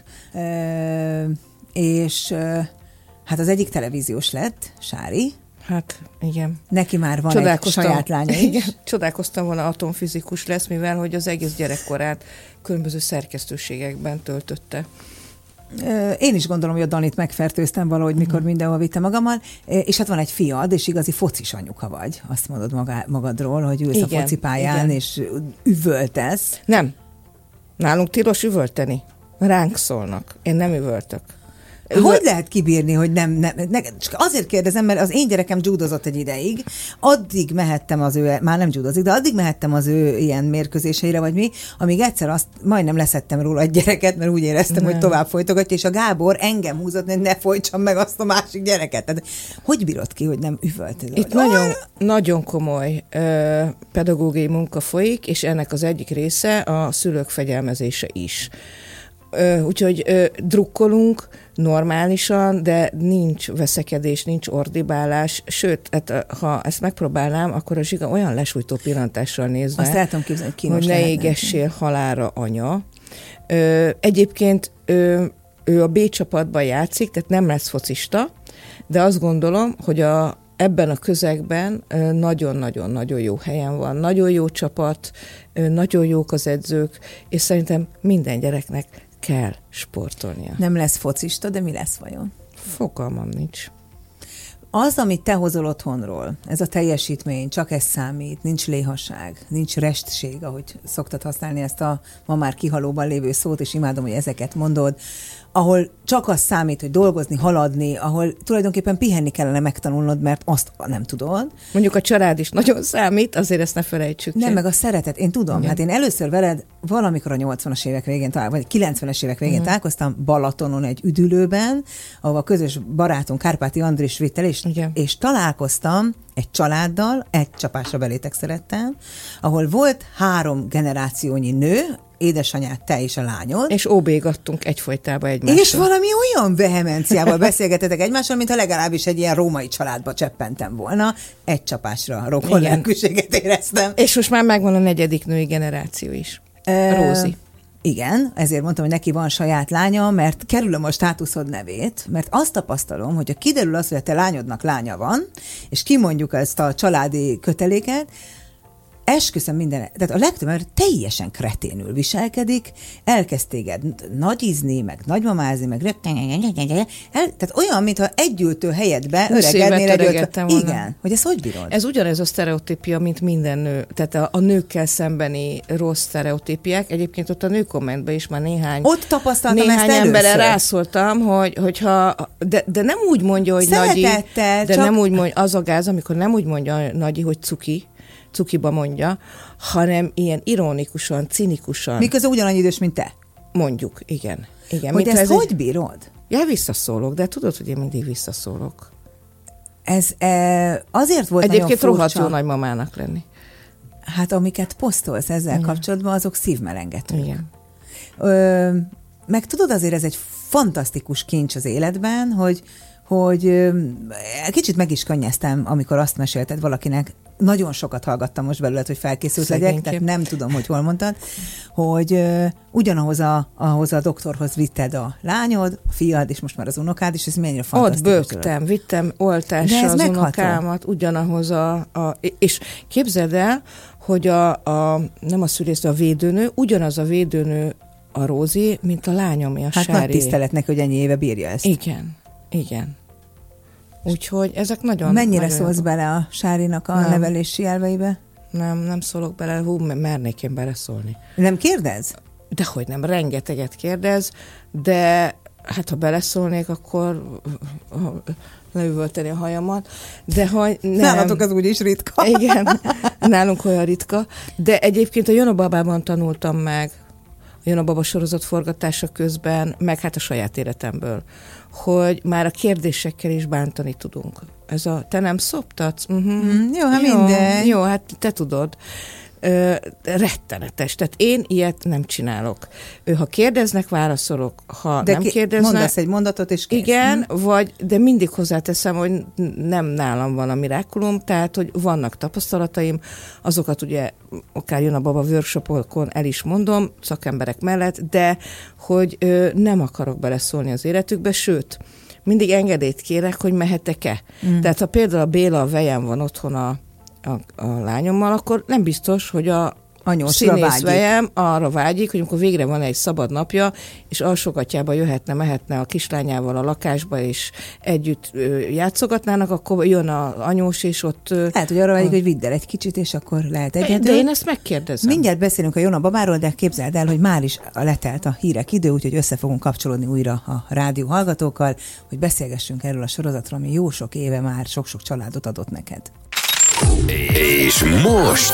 és hát az egyik televíziós lett, Sári. Hát igen. Neki már van egy saját lánya is. Igen, csodálkoztam volna, atomfizikus lesz, mivel hogy az egész gyerekkorát különböző szerkesztőségekben töltötte. Én is gondolom, hogy a Danit megfertőztem valahogy, mikor mindenhol vittem magammal, és hát van egy fiad, és igazi focis anyuka vagy. Azt mondod magadról, hogy ülsz a focipályán, és üvöltesz. Nem. Nálunk tilos üvölteni. Ránk szólnak. Én nem üvöltök. Hogy lehet kibírni, hogy nem, csak azért kérdezem, mert az én gyerekem judozott egy ideig, addig mehettem az ő, már nem judozik, de addig mehettem az ő ilyen mérkőzéseire, vagy mi, amíg egyszer azt majdnem leszettem róla egy gyereket, mert úgy éreztem, hogy tovább folytogatja, és a Gábor engem húzott, hogy ne folytsam meg azt a másik gyereket. Tehát, hogy bírod ki, hogy nem üvöltözöl? Itt nagyon komoly pedagógiai munka folyik, és ennek az egyik része a szülők fegyelmezése is. Úgyhogy drukkolunk normálisan, de nincs veszekedés, nincs ordibálás, sőt, hát, ha ezt megpróbálnám, akkor a Zsiga olyan lesújtó pillantással nézve, azt el tudom képzelni, hogy ne égessél halálra, anya. Egyébként ő a B csapatban játszik, tehát nem lesz focista, de azt gondolom, hogy ebben a közegben nagyon-nagyon-nagyon jó helyen van, nagyon jó csapat, nagyon jók az edzők, és szerintem minden gyereknek kell sportolnia. Nem lesz focista, de mi lesz vajon? Fogalmam nincs. Az, amit te hozol otthonról, ez a teljesítmény, csak ez számít, nincs léhaság, nincs restség, ahogy szoktad használni ezt a ma már kihalóban lévő szót, és imádom, hogy ezeket mondod, ahol csak az számít, hogy dolgozni, haladni, ahol tulajdonképpen pihenni kellene megtanulnod, mert azt nem tudod. Mondjuk a család is nagyon számít, azért ezt ne felejtsük. Nem, meg a szeretet, én tudom. Igen. Hát én először veled valamikor a 80-as évek végén, vagy 90-es évek végén találkoztam Balatonon egy üdülőben, ahol a közös barátunk Kárpáti Andris vitt el, és találkoztam egy családdal, egy csapásra belétek szerettem, ahol volt 3 generációnyi nő, édesanyád, te és a lányod. És óbégattunk egyfolytában egymással. És valami olyan vehemenciával beszélgetetek egymással, mintha legalábbis egy ilyen római családba cseppentem volna. Egy csapásra rokonlelkűséget éreztem. És most már megvan a 4. női generáció is. Rózi. Igen, ezért mondtam, hogy neki van saját lánya, mert kerülöm a státuszod nevét, mert azt tapasztalom, hogy ha kiderül az, hogy a te lányodnak lánya van, és kimondjuk ezt a családi köteléket, esküszöm minden, tehát a legtöbb ember teljesen kreténül viselkedik, elkezd téged nagyizni, meg nagymamázni, meg tehát olyan, mintha együltő helyedbe öregednél egy igen, hogy ezt hogy bírod? Ez ugyanez a sztereotípia, mint minden nő, tehát a nőkkel szembeni rossz sztereotípiák. Egyébként ott a nő kommentben is már néhány emberre rászóltam, hogyha, de nem úgy mondja, hogy nagyi, de nem úgy mondja, az a gáz, amikor nem úgy mondja nagyi, hogy cukiba mondja, hanem ilyen ironikusan, cinikusan. Miközben ugyanannyi idős, mint te? Mondjuk, igen. Hogy ezt hogy bírod? Ja, visszaszólok, de tudod, hogy én mindig visszaszólok. Ez azért volt egyébként rohadt jó nagymamának lenni. Hát amiket posztolsz ezzel kapcsolatban, azok szívmelengetők. Igen. Meg tudod, azért ez egy fantasztikus kincs az életben, hogy kicsit meg is könnyeztem, amikor azt mesélted valakinek, nagyon sokat hallgattam most belőled, hogy felkészült legyek, tehát nem tudom, hogy hol mondtad, hogy ahhoz a doktorhoz vitted a lányod, a fiad, és most már az unokád, és ez mennyire fantasztikus. Ott vittem oltásra az unokámat, ugyanahoz és képzeld el, hogy nem a szülész, a védőnő, ugyanaz a védőnő a Rózi, mint a lányom, a Sári. Hát nagy tisztelet neki, hogy ennyi éve bírja ezt. Igen. Úgyhogy ezek nagyon... Mennyire szólsz bele a Sárinak a nevelési elveibe? Nem szólok bele, mernék én beleszólni. Nem kérdez? Dehogy nem, rengeteget kérdez, de hát ha beleszólnék, akkor leüvölteni a hajamat, de hogy nem... Nálatok az úgyis ritka. Igen, nálunk olyan ritka, de egyébként a Jön a babában tanultam meg, a Jön a baba sorozat forgatása közben, meg hát a saját életemből, hogy már a kérdésekkel is bántani tudunk. Ez a te nem szoptatsz? Jó, hát minden. Jó, hát te tudod. Rettenetes. Tehát én ilyet nem csinálok. Ha kérdeznek, válaszolok. Ha nem kérdeznek... Mondasz egy mondatot, és kész. Igen, de mindig hozzáteszem, hogy nem nálam van a mirakulum, tehát, hogy vannak tapasztalataim, azokat ugye akár Jön a baba workshopokon el is mondom, szakemberek mellett, de hogy nem akarok beleszólni az életükbe, sőt, mindig engedélyt kérek, hogy mehetek-e. Tehát ha például a Béla a vejem van otthon a lányommal, akkor nem biztos, hogy a színészvejem arra vágyik, hogy amikor végre van egy szabad napja, és alsógatjába mehetne a kislányával a lakásba, és együtt játszogatnának, akkor jön az anyós, és ott... Lehet, hogy arra vágyik, hogy vidd el egy kicsit, és akkor lehet egyedül. De én ezt megkérdezem. Mindjárt beszélünk a Jön a babáról, de képzeld el, hogy már is letelt a hírek idő, úgyhogy össze fogunk kapcsolódni újra a rádió hallgatókkal, hogy beszélgessünk erről a sorozatról, ami jó sok éve már sok-sok családot adott neked. És most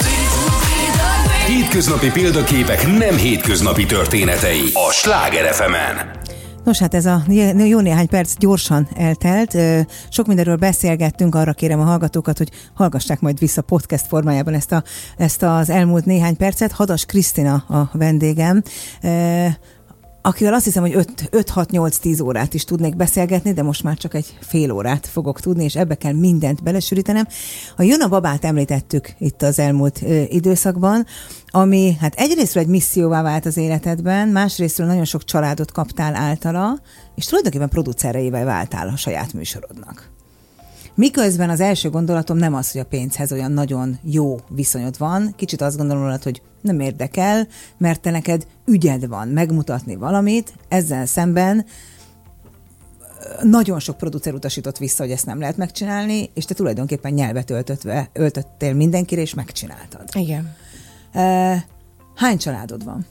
hétköznapi példaképek nem hétköznapi történetei a Sláger FM-en. Nos, hát ez a jó néhány perc gyorsan eltelt. Sok mindenről beszélgettünk, arra kérem a hallgatókat, hogy hallgassák majd vissza podcast formájában ezt az elmúlt néhány percet. Hadas Krisztina a vendégem. akivel azt hiszem, hogy 5-6-8-10 órát is tudnék beszélgetni, de most már csak egy fél órát fogok tudni, és ebbe kell mindent belesűrítenem. A Jön a babát említettük itt az elmúlt időszakban, ami hát egyrésztről egy misszióvá vált az életedben, másrésztről nagyon sok családot kaptál általa, és tulajdonképpen producereivel váltál a saját műsorodnak. Miközben az első gondolatom nem az, hogy a pénzhez olyan nagyon jó viszonyod van, kicsit azt gondolom rólad, hogy nem érdekel, mert te neked ügyed van megmutatni valamit, ezzel szemben nagyon sok producer utasított vissza, hogy ezt nem lehet megcsinálni, és te tulajdonképpen nyelvet öltöttél mindenkire, és megcsináltad. Igen. Hány családod van?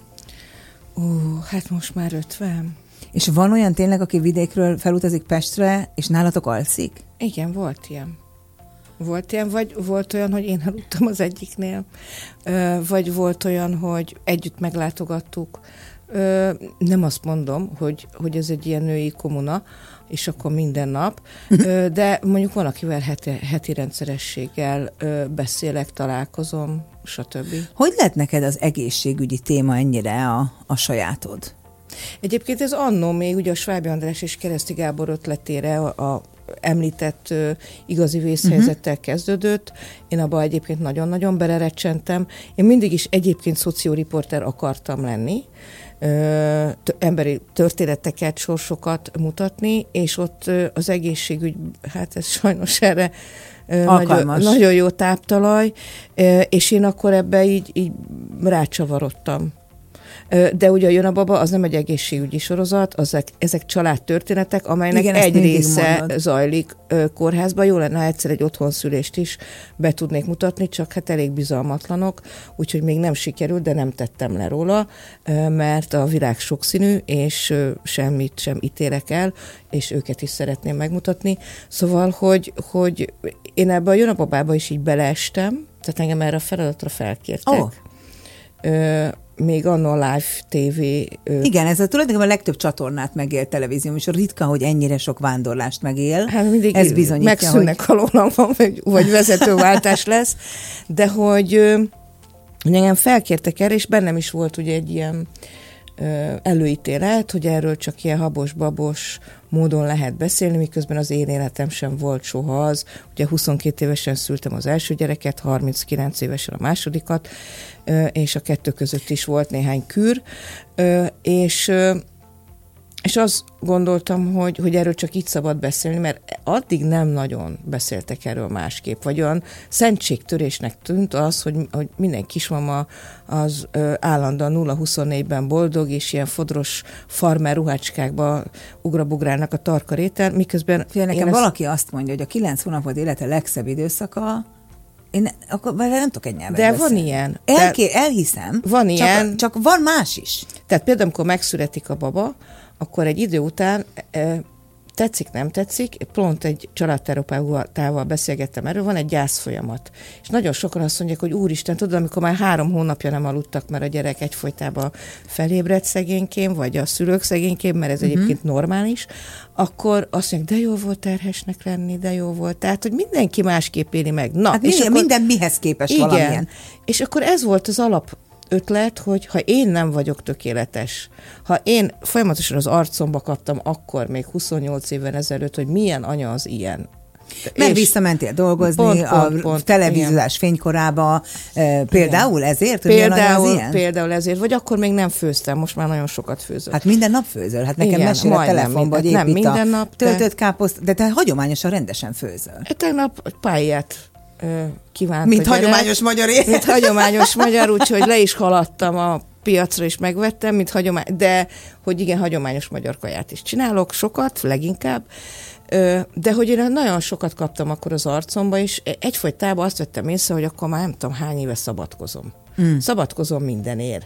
Hát most már 50. És van olyan tényleg, aki vidékről felutazik Pestre, és nálatok alszik? Igen, volt ilyen. Vagy volt olyan, hogy én aludtam az egyiknél, vagy volt olyan, hogy együtt meglátogattuk. Nem azt mondom, hogy ez egy ilyen női kommuna, és akkor minden nap, de mondjuk van, akivel heti rendszerességgel beszélek, találkozom, stb. Hogy lett neked az egészségügyi téma ennyire a sajátod? Egyébként ez annó még ugye a Svábi András és Kereszti Gábor ötletére a említett igazi vészhelyzettel kezdődött. Én abban egyébként nagyon-nagyon belerecsentem. Én mindig is egyébként szocioriporter akartam lenni, emberi történeteket, sorsokat mutatni, és ott az egészségügy, hát ez sajnos erre nagyon jó táptalaj, és én akkor ebbe így rácsavarodtam. De ugye a Jön a baba, az nem egy egészségügyi sorozat, ezek családtörténetek, amelynek egy része zajlik kórházban. Jó lenne, ha egyszer egy otthonszülést is be tudnék mutatni, csak hát elég bizalmatlanok, úgyhogy még nem sikerült, de nem tettem le róla, mert a világ sokszínű, és semmit sem ítélek el, és őket is szeretném megmutatni. Szóval, hogy én ebbe a Jön a babába is így beleestem, tehát engem erre a feladatra felkértek. Még anno a Live TV... Igen, ez tulajdonképpen a legtöbb csatornát megél televízió, és ritka, hogy ennyire sok vándorlást megél. Hát mindig ez bizonyítja, megszűnnek, hogy... alólam van, vagy vezetőváltás lesz, de hogy engem felkértek erre, és bennem is volt ugye egy ilyen előítélet, hogy erről csak ilyen habos-babos módon lehet beszélni, miközben az én életem sem volt soha az. Ugye 22 évesen szültem az első gyereket, 39 évesen a másodikat, és a kettő között is volt néhány kür, és azt gondoltam, hogy erről csak így szabad beszélni, mert addig nem nagyon beszéltek erről másképp, vagy olyan szentségtörésnek tűnt az, hogy minden kismama az állandóan 0-24-ben boldog, és ilyen fodros farmer ruhácskákba ugrabugrálnak a tarka réten, miközben... Nekem valaki azt mondja, hogy a 9 hónapod élete legszebb időszaka, én akkor nem tudok egy nyelvet De beszélni. Van ilyen. Elhiszem. Van ilyen. Csak van más is. Tehát például, amikor megszületik a baba, akkor egy idő után tetszik, nem tetszik, pont egy családterapeutával beszélgettem erről, van egy gyászfolyamat. És nagyon sokan azt mondják, hogy úristen, tudod, amikor már 3 hónapja nem aludtak, mert a gyerek egyfolytában felébredt szegényként, vagy a szülők szegényként, mert ez egyébként normális, akkor azt mondják, de jó volt terhesnek lenni, de jó volt. Tehát, hogy mindenki másképp éli meg. Na, hát és minden mihez képes igen. Valamilyen. És akkor ez volt az alap ötlet, hogy ha én nem vagyok tökéletes, ha én folyamatosan az arcomba kaptam akkor még 28 évvel ezelőtt, hogy milyen anya az ilyen. Mert visszamentél dolgozni pont, televíziós fénykorába, például ezért, hogy milyen anya az ilyen? Például ezért, vagy akkor még nem főztem, most már nagyon sokat főzöm. Hát minden nap főzöl? Hát nekem mesél a telefonban, hogy nem minden nap, töltött káposzt, de te hagyományosan rendesen főzöl. Tegnap pályát kívánt. Mint hagyományos magyar élet. Mint hagyományos magyar, úgyhogy le is haladtam a piacra, és megvettem, de hogy igen, hagyományos magyar kaját is csinálok, sokat, leginkább, de hogy én nagyon sokat kaptam akkor az arcomba, és egyfolytában azt vettem észre, hogy akkor már nem tudom hány éve szabadkozom. Szabadkozom mindenért.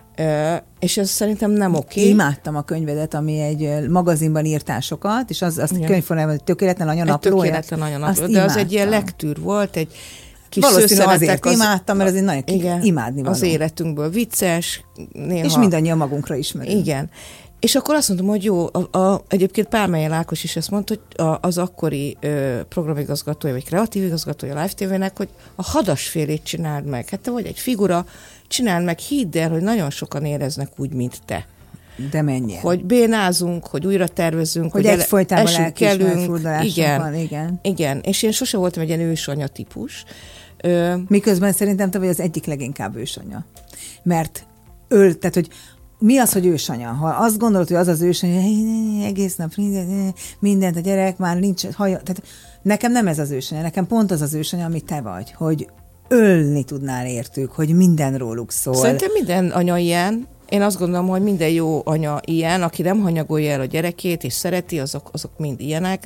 És ez szerintem nem oké. Imádtam a könyvedet, ami egy magazinban írtál sokat, és azt könyvformában, hogy tökéletlen anyanaplója. Tökéletlen anyanapló, de az egy ilyen lektűr volt, egy kis valószínűleg azért imádtam, mert az egy nagyon imádni való. Az életünkből vicces. Néha. És mindannyian magunkra ismerünk. Igen. És akkor azt mondtam, hogy jó, egyébként Pálmélyen Ákos is ezt mondta, hogy az akkori programigazgatója, vagy kreatív igazgatója Live TV-nek, hogy a hadasfélét csináld meg. Hát te vagy egy figura, csináld meg, hidd el, hogy nagyon sokan éreznek úgy, mint te. De mennyien? Hogy bénázunk, hogy újra tervezünk, hogy egyfolytában lelkiismert igen, van, igen. És én sose voltam egy ilyen ősanya típus. Miközben szerintem te vagy az egyik leginkább ősanya. Mert tehát, hogy mi az, hogy ősanya? Ha azt gondolod, hogy az az ősanya, egész nap mindent a gyerek, már nincs haja. Tehát nekem nem ez az ősanya, nekem pont az az ősanya, amit te vagy, hogy ölni tudnál értük, hogy minden róluk szól. Szerintem minden anya ilyen. Én azt gondolom, hogy minden jó anya ilyen, aki nem hanyagolja el a gyerekét, és szereti, azok mind ilyenek.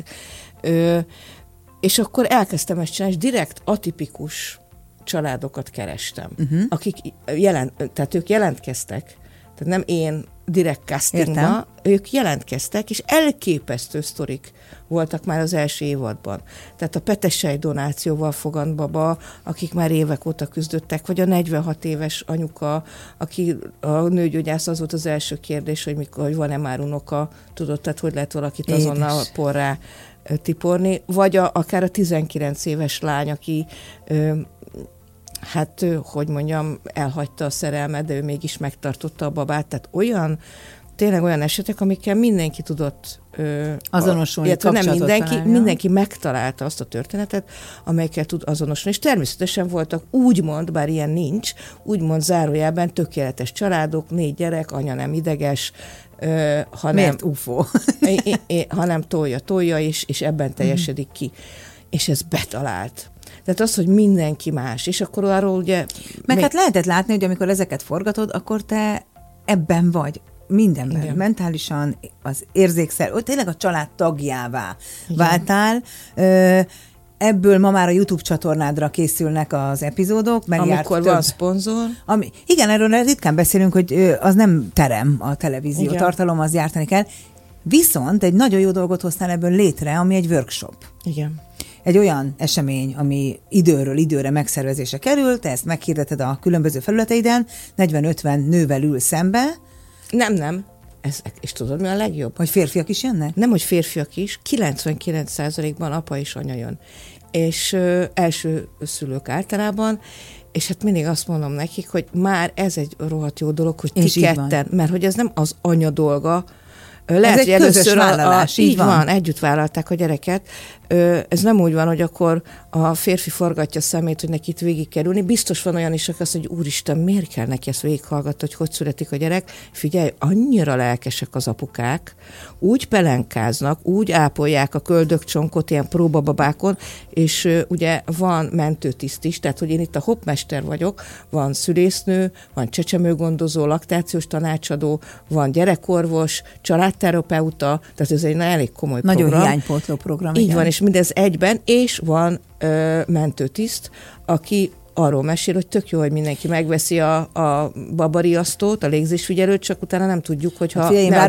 És akkor elkezdtem ezt csinálni, és direkt atipikus családokat kerestem, akik tehát ők jelentkeztek, tehát nem én direkt castingba, ők jelentkeztek, és elképesztő sztorik voltak már az első évadban. Tehát a Petesej donációval fogant baba, akik már évek óta küzdöttek, vagy a 46 éves anyuka, aki a nőgyógyász, az volt az első kérdés, hogy van-e már unoka, tudod, tehát hogy lehet valakit azonnal porrá tiporni, vagy akár a 19 éves lány, aki hogy mondjam, elhagyta a szerelmet, de ő mégis megtartotta a babát, tehát tényleg olyan esetek, amikkel mindenki tudott azonosulni, mindenki megtalálta azt a történetet, amelyekkel tud azonosulni. És természetesen voltak úgymond, bár ilyen nincs, úgymond zárójában tökéletes családok, 4 gyerek, anya nem ideges, miért UFO? hanem tolja, és ebben teljesedik ki. És ez betalált. Tehát az, hogy mindenki más, és akkor arról ugye... Hát lehetett látni, hogy amikor ezeket forgatod, akkor te ebben vagy, mindenben, igen. Mentálisan, az érzékszer, tényleg a család tagjává váltál. Ebből ma már a YouTube csatornádra készülnek az epizódok. Amikor van szponzor. Igen, erről ritkán beszélünk, hogy az nem terem a televízió, igen. Tartalom, az gyártani kell. Viszont egy nagyon jó dolgot hoztál ebből létre, ami egy workshop. Igen. Egy olyan esemény, ami időről időre megszervezésre kerül, te ezt meghirdeted a különböző felületeiden, 40-50 nővel ül szembe. Nem. És tudod, mi a legjobb? Hogy férfiak is jönnek? Nem, hogy férfiak is, 99%-ban apa és anya jön. És első szülők általában, és hát mindig azt mondom nekik, hogy már ez egy rohadt jó dolog, hogy ti ketten, mert hogy ez nem az anya dolga, lehet, ez egy közös vállalás, így van, együtt vállalták a gyereket. Ez nem úgy van, hogy akkor a férfi forgatja szemét, hogy neki itt végig kerülni. Biztos van olyan is, aki azt mondja, hogy úristen, miért kell neki ezt végighallgatni, hogy születik a gyerek? Figyelj, annyira lelkesek az apukák, úgy pelenkáznak, úgy ápolják a köldökcsonkot ilyen próbababákon, és ugye van mentőtiszt is, tehát hogy én itt a hoppmester vagyok, van szülésznő, van csecsemőgondozó, laktációs tanácsadó, van gyerekorvos, családterapeuta, tehát ez egy elég komoly nagyon program. Nagyon hiánypótló program. Így igen. Van, és mindez egyben, és van mentőtiszt, aki arról mesél, hogy tök jó, hogy mindenki megveszi a babariasztót, a légzésfigyelőt, csak utána nem tudjuk, hogyha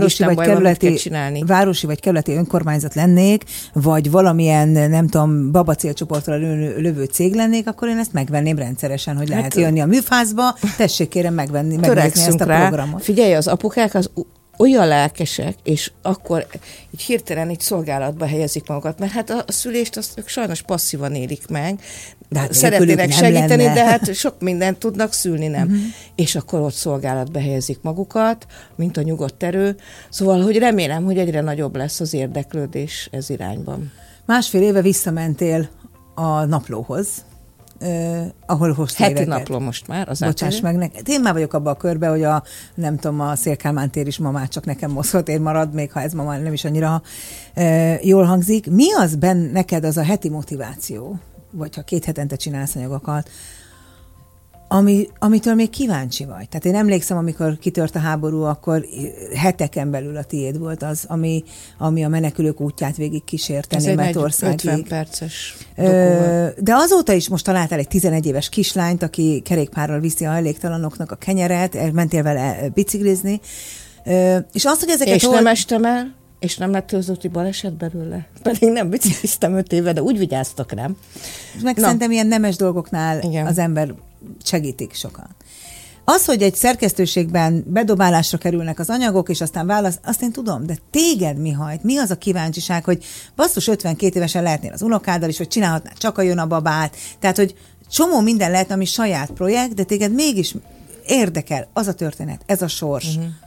városi vagy kerületi önkormányzat lennék, vagy valamilyen, nem tudom, babacélcsoportra lövő cég lennék, akkor én ezt megvenném rendszeresen, hogy lehet jönni a műfázba, tessék kérem megnézni ezt a programot. Figyelj, az apukák az olyan lelkesek, és akkor így hirtelen így szolgálatba helyezik magukat, mert hát a szülést azt ők sajnos passzívan élik meg, szeretnének segíteni, de hát sok mindent tudnak, szülni nem. Uh-huh. És akkor ott szolgálatba helyezik magukat, mint a nyugodt erő. Szóval, hogy remélem, hogy egyre nagyobb lesz az érdeklődés ez irányban. 1,5 éve visszamentél a naplóhoz, ahol hozta heti napló most már. Bocsáss meg neked. Én már vagyok abban a körben, hogy a Széll Kálmán tér is ma már csak nekem mozgatér marad, még ha ez ma már nem is annyira jól hangzik. Mi az neked az a heti motiváció, vagy ha 2 hetente csinálsz anyagokat, amitől még kíváncsi vagy? Tehát én emlékszem, amikor kitört a háború, akkor heteken belül a tiéd volt az, ami a menekülők útját végig kísérte Németországig. 50 perces de azóta is most találtál egy 11 éves kislányt, aki kerékpárral viszi a hajléktalanoknak a kenyeret, mentél vele biciklizni, és azt, hogy ezeket... És nem estem el? És nem lett közúti baleset belőle? Pedig nem bicikliztem 5 éve, de úgy vigyáztak rám. Szerintem ilyen nemes dolgoknál igen. Az ember segítik sokan. Az, hogy egy szerkesztőségben bedobálásra kerülnek az anyagok, és aztán válasz, azt én tudom, de téged mi hajt? Mi az a kíváncsiság, hogy basszus 52 évesen lehetnél az unokáddal is, vagy csinálhatnál csak a jön a babát. Tehát, hogy csomó minden lehet, ami saját projekt, de téged mégis érdekel az a történet, ez a sors. Uh-huh.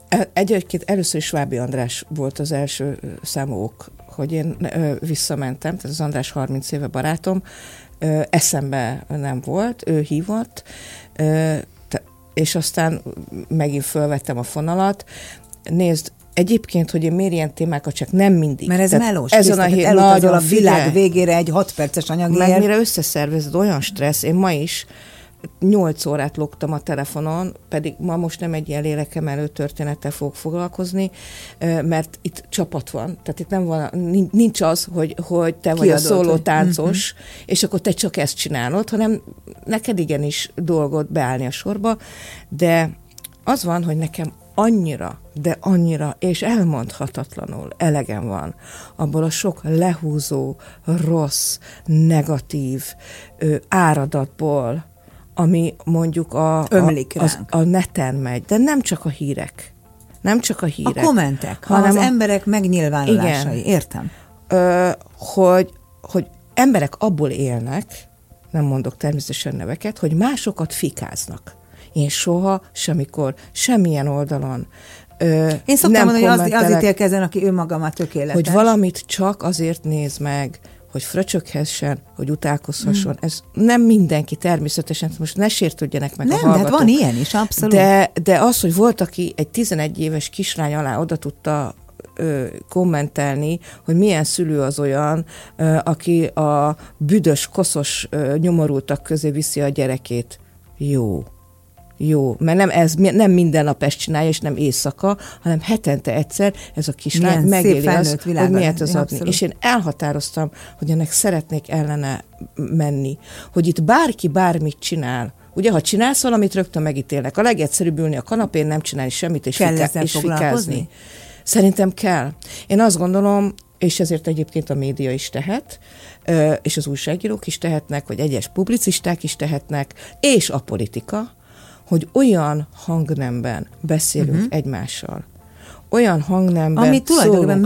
Egyébként először is Svábi András volt az első számú ok, hogy én visszamentem, tehát az András 30 éve barátom, eszembe nem volt, ő hívott, és aztán megint fölvettem a fonalat. Nézd, egyébként, hogy én miért ilyen témákat, csak nem mindig. Mert ez melós. Ezen elutazol a világ végére egy 6 perces anyagért. Meg mire összeszervezed, olyan stressz. Én ma is 8 órát lógtam a telefonon, pedig ma most nem egy ilyen lélekemelő történettel fogok foglalkozni, mert itt csapat van. Tehát itt nem van, nincs az, hogy te vagy a szóló táncos, és akkor te csak ezt csinálod, hanem neked igenis dolgod beállni a sorba, de az van, hogy nekem annyira, de annyira, és elmondhatatlanul elegem van abból a sok lehúzó, rossz, negatív áradatból, ami mondjuk a neten megy, de nem csak a hírek. Nem csak a hírek. A kommentek, hanem az emberek megnyilvánulásai. Igen. Értem. Hogy emberek abból élnek, nem mondok természetesen neveket, hogy másokat fikáznak. Én soha, semmikor, semmilyen oldalon én szoktam mondani, hogy az ítélkezzen, aki önmaga már tökéletes. Hogy valamit csak azért néz meg, hogy fröcsöghessen, hogy utálkozhasson. Ez nem mindenki természetesen, most ne sértődjenek meg a hallgatók. Nem, de van ilyen is, abszolút. De az, hogy volt, aki egy 11 éves kislány alá oda tudta kommentelni, hogy milyen szülő az olyan, aki a büdös, koszos nyomorultak közé viszi a gyerekét. Jó, mert nem minden nap ezt csinálja, és nem éjszaka, hanem hetente egyszer ez a kislány megéli azt, hogy miért az adni. És én elhatároztam, hogy ennek szeretnék ellene menni. Hogy itt bárki bármit csinál. Ugye, ha csinálsz valamit, rögtön megítélnek. A legegyszerűbb ülni a kanapén, nem csinálni semmit, és fikázni. Szerintem kell. Én azt gondolom, és ezért egyébként a média is tehet, és az újságírók is tehetnek, vagy egyes publicisták is tehetnek, és a politika, hogy olyan hangnemben beszélünk egymással. Olyan hangnemben ami tulajdonképpen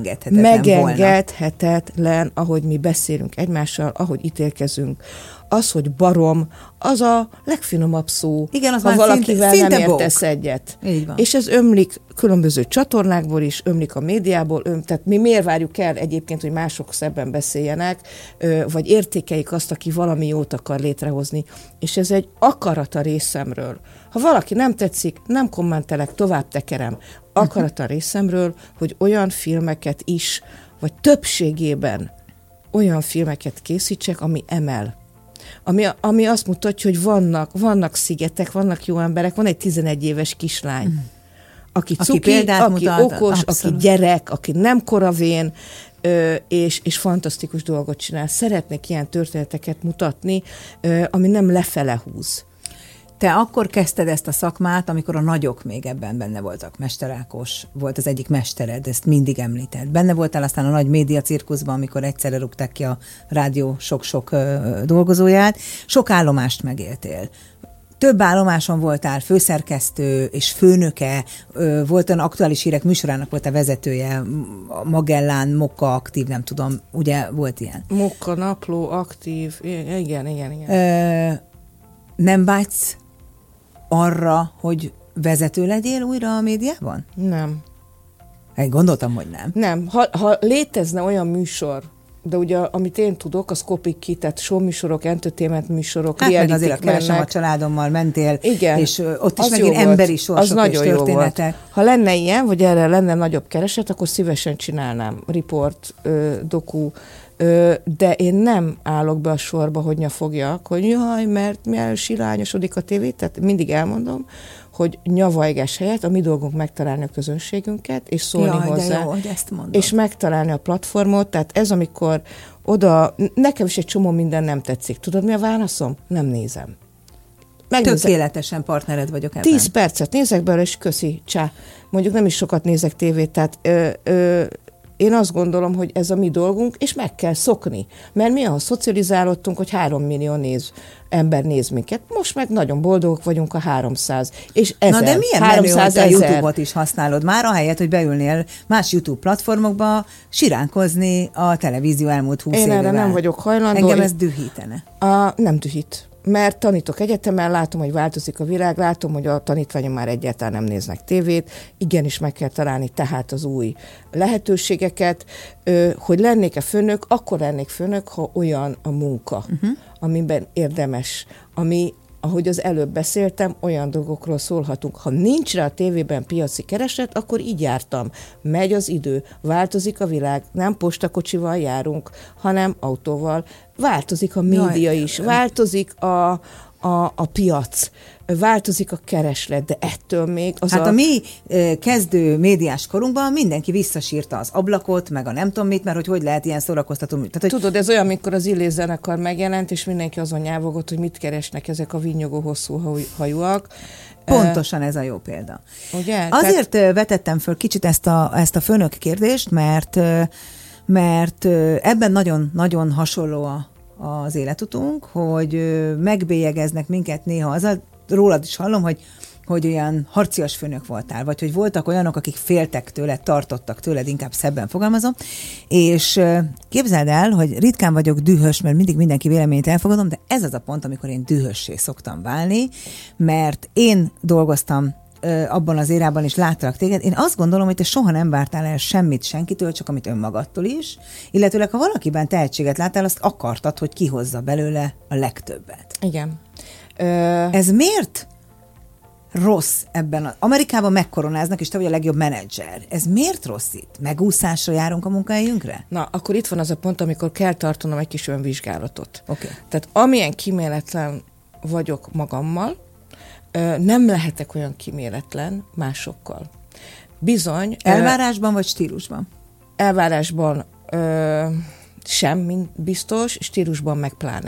megengedhetetlen, ahogy mi beszélünk egymással, ahogy ítélkezünk. Az, hogy barom, az a legfinomabb szó, igen, az ha valakivel szinte nem értesz egyet. És ez ömlik különböző csatornákból is, ömlik a médiából, tehát mi miért várjuk el egyébként, hogy mások szebben beszéljenek, vagy értékeljük azt, aki valami jót akar létrehozni. És ez egy akarat a részemről. Ha valaki nem tetszik, nem kommentelek, tovább tekerem. Akarat a részemről, hogy olyan filmeket is, vagy többségében olyan filmeket készítsek, ami emel. Ami azt mutatja, hogy vannak szigetek, vannak jó emberek, van egy 11 éves kislány, aki cuki, aki okos, abszolút. Aki gyerek, aki nem koravén, és fantasztikus dolgot csinál. Szeretnék ilyen történeteket mutatni, ami nem lefele húz. Te akkor kezdted ezt a szakmát, amikor a nagyok még ebben benne voltak. Mester Ákos volt az egyik mestered, ezt mindig említed. Benne voltál aztán a nagy média cirkuszban, amikor egyszerre rúgták ki a rádió sok-sok dolgozóját. Sok állomást megéltél. Több állomáson voltál, főszerkesztő és főnöke, volt olyan Aktuális Hírek műsorának volt a vezetője, Magellán, Mokka aktív, nem tudom, ugye volt ilyen? Mokka, Napló, aktív, igen. Nem vágysz arra, hogy vezető legyél újra a médiában? Nem. Gondoltam, hogy nem. Nem. Ha létezne olyan műsor, de ugye, amit én tudok, az kopik ki, tehát show műsorok, entertainment műsorok, hát meg azért a Keresem a családommal mentél, igen, és ott is megint emberi sorsok és történetek. Ha lenne ilyen, vagy erre lenne nagyobb kereset, akkor szívesen csinálnám riport, doku, de én nem állok be a sorba, hogy nyafogjak, hogy jaj, mert silányosodik a tévé, tehát mindig elmondom, hogy nyavajgás helyett a mi dolgunk megtalálni a közönségünket, és szólni hozzá, jó, hogy ezt mondod. És megtalálni a platformot, tehát ez amikor oda, nekem is egy csomó minden nem tetszik. Tudod, mi a válaszom? Nem nézem. Tökéletesen partnered vagyok ebben. 10 percet nézek belőle, és köszi, csá. Mondjuk nem is sokat nézek tévét, tehát én azt gondolom, hogy ez a mi dolgunk, és meg kell szokni. Mert mi ahhoz szocializálódtunk, hogy 3 millió ember néz minket. Most meg nagyon boldogok vagyunk a 300. És 1000. Na de milyen menő, hogy te YouTube-ot is használod már, ahelyett, hogy beülnél más YouTube platformokba siránkozni a televízió elmúlt 20 évével. Én erre nem vagyok hajlandó. Engem ez dühítene. Nem dühít. mert tanítok egyetemen, látom, hogy változik a világ, látom, hogy a tanítványok már egyáltalán nem néznek tévét, igenis meg kell találni tehát az új lehetőségeket, hogy lennék-e főnök, akkor lennék főnök, ha olyan a munka, amiben érdemes, ami, ahogy az előbb beszéltem, olyan dolgokról szólhatunk. Ha nincs rá a tévében piaci kereslet, akkor így jártam. Megy az idő, változik a világ, nem postakocsival járunk, hanem autóval. Változik a média is, változik a piac, változik a kereslet, de ettől még az a mi kezdő médiás korunkban mindenki visszasírta az ablakot, meg a nem tudom mit, mert hogy lehet ilyen szórakoztató. Tehát, hogy... Tudod, ez olyan, mikor az Illés zenekar megjelent, és mindenki azon nyávogott, hogy mit keresnek ezek a vinnyogó hosszú hajúak. Pontosan ez a jó példa. Ugye? Azért vetettem föl kicsit ezt a főnök kérdést, mert ebben nagyon-nagyon hasonló az életutunk, hogy megbélyegeznek minket néha. Rólad is hallom, hogy olyan harcias főnök voltál, vagy hogy voltak olyanok, akik féltek tőled, tartottak tőled, inkább szebben fogalmazom, és képzeld el, hogy ritkán vagyok dühös, mert mindig mindenki véleményét elfogadom, de ez az a pont, amikor én dühössé szoktam válni, mert én dolgoztam abban az érában is láttalak téged. Én azt gondolom, hogy te soha nem vártál el semmit senkitől, csak amit önmagadtól is, illetőleg ha valakiben tehetséget láttál, azt akartad, hogy kihozza belőle a legtöbbet. Igen. Ez miért rossz ebben? Amerikában megkoronáznak, és te vagy a legjobb menedzser. Ez miért rossz itt? Megúszásra járunk a munkahelyünkre? Na, akkor itt van az a pont, amikor kell tartanom egy kis önvizsgálatot. Okay. Tehát amilyen kíméletlen vagyok magammal, nem lehetek olyan kíméletlen másokkal. Bizony. Elvárásban vagy stílusban? Elvárásban sem biztos, stílusban meg pláne.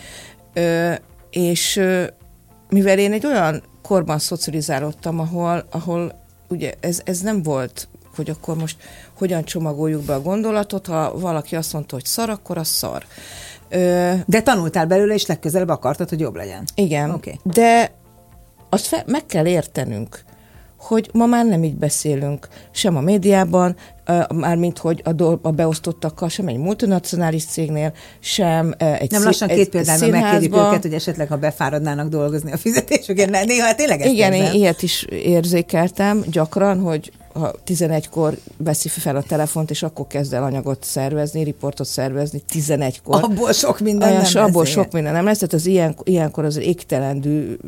És mivel én egy olyan korban szocializálódtam, ahol ugye ez nem volt, hogy akkor most hogyan csomagoljuk be a gondolatot, ha valaki azt mondta, hogy szar, akkor az szar. De tanultál belőle, és legközelebb akartad, hogy jobb legyen. Igen, okay. De azt meg kell értenünk, hogy ma már nem így beszélünk, sem a médiában, mármint hogy a beosztottakkal, sem egy multinacionális cégnél, sem egy nem lassan két példában megkérjük őket, hogy esetleg, ha befáradnának dolgozni a fizetésükért, néha tényleg ezt igen, érzem. Én ilyet is érzékeltem gyakran, hogy ha 11-kor veszi fel a telefont, és akkor kezd el anyagot szervezni, riportot szervezni 11-kor. Abból sok minden nem lesz. Abból sok minden nem lesz, tehát az ilyenkor az égtelen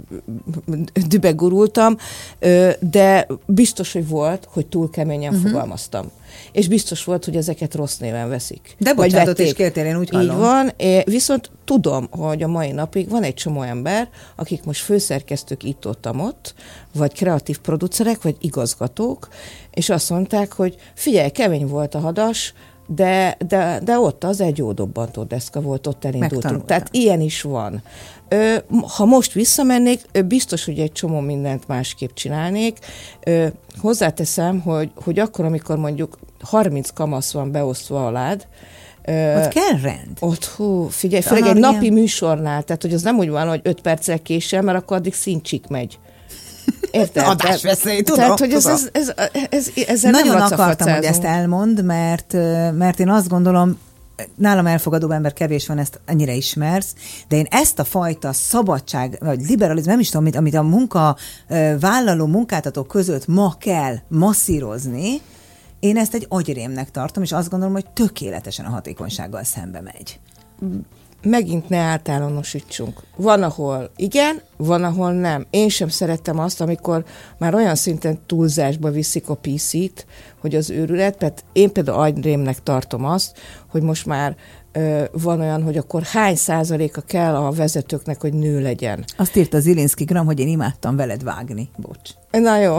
dübe gurultam, de biztos, hogy volt, hogy túl keményen fogalmaztam. És biztos volt, hogy ezeket rossz néven veszik. De bocsánatot is kértél, én úgy hallom. Így van, viszont tudom, hogy a mai napig van egy csomó ember, akik most főszerkesztők itt-ott, vagy kreatív producerek, vagy igazgatók, és azt mondták, hogy figyelj, kemény volt a hadas, de ott az egy jó dobbantó deszka volt, ott elindultunk. Tehát ilyen is van. Ha most visszamennék, biztos, hogy egy csomó mindent másképp csinálnék. Hozzáteszem, hogy akkor, amikor mondjuk 30 kamasz van beosztva alád, ott kell rend. Ott, figyelj, főleg egy napi műsornál, tehát hogy az nem úgy van, hogy 5 perccel késel, mert akkor addig színcsik megy. Érted? Adásveszély, tudom. Tehát, hogy ezzel nagyon nem akartam, hogy ezt elmond, mert én azt gondolom, nálam elfogadó ember kevés van, ezt annyira ismersz, de én ezt a fajta szabadság, vagy liberalizmus, nem is tudom, amit a munkavállaló, munkáltató között ma kell masszírozni, én ezt egy agyrémnek tartom, és azt gondolom, hogy tökéletesen a hatékonysággal szembe megy. Megint ne általánosítsunk. Van, ahol igen, van, ahol nem. Én sem szerettem azt, amikor már olyan szinten túlzásba viszik a PC-t, hogy az őrület, tehát én például agyrémnek tartom azt, hogy most már van olyan, hogy akkor hány százaléka kell a vezetőknek, hogy nő legyen. Azt írta Zilinszky Gram, hogy én imádtam veled vágni. Bocs. Na jó.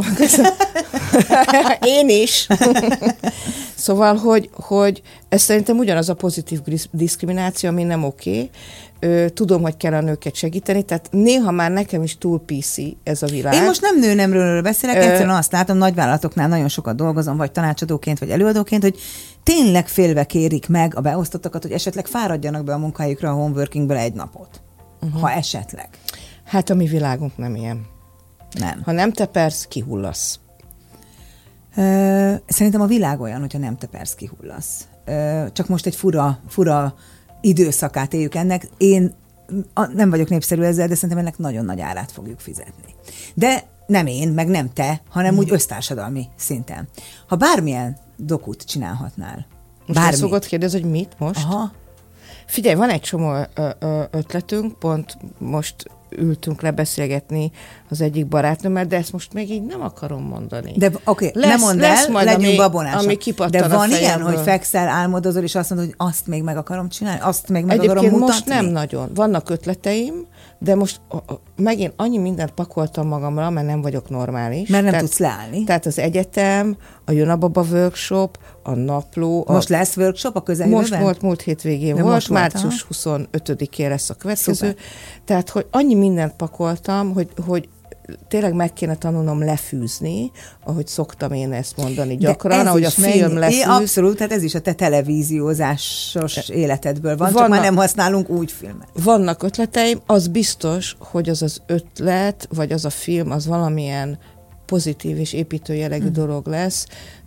Én is. Szóval, hogy ez szerintem ugyanaz a pozitív diszkrimináció, ami nem oké. Tudom, hogy kell a nőket segíteni, tehát néha már nekem is túl PC ez a világ. Én most nem nőnemről beszélek, egyszerűen azt látom, nagyvállalatoknál nagyon sokat dolgozom, vagy tanácsadóként, vagy előadóként, hogy tényleg félve kérik meg a beosztottakat, hogy esetleg fáradjanak be a munkahelyükre a homeworkingből egy napot. Ha esetleg. Hát a mi világunk nem ilyen. Nem. Ha nem tepersz, kihullasz. Szerintem a világ olyan, hogyha nem tepersz, kihullasz. Csak most egy fura időszakát éljük ennek. Én nem vagyok népszerű ezzel, de szerintem ennek nagyon nagy árát fogjuk fizetni. De nem én, meg nem te, hanem úgy össztársadalmi szinten. Ha bármilyen dokut csinálhatnál. Most azt fogod kérdezni, hogy mit most? Aha. Figyelj, van egy csomó ötletünk, pont most ültünk le beszélgetni az egyik barátnőmmel, de ezt most még így nem akarom mondani. De oké, nem mondd el, legyünk babonásak. De van ilyen, hogy fekszel, álmodozol, és azt mondod, hogy azt még meg akarom csinálni, azt még meg akarom mutatni? Most nem nagyon. Vannak ötleteim, de most megint annyi mindent pakoltam magamra, mert nem vagyok normális. Mert nem tudsz leállni. Tehát az egyetem, a Jön a Baba workshop, a napló. Most lesz workshop a közeljövőben? Most volt, múlt hétvégén volt, március 25-én lesz a következő. Szuper. Tehát, hogy annyi mindent pakoltam, hogy tényleg meg kéne tanulnom lefűzni, ahogy szoktam én ezt mondani gyakran, ahogy a film lefűz. Abszolút, tehát ez is a te televíziózásos életedből van, csak már nem használunk úgy filmet. Vannak ötleteim, az biztos, hogy az az ötlet, vagy az a film, az valamilyen pozitív és építő jellegű dolog lesz.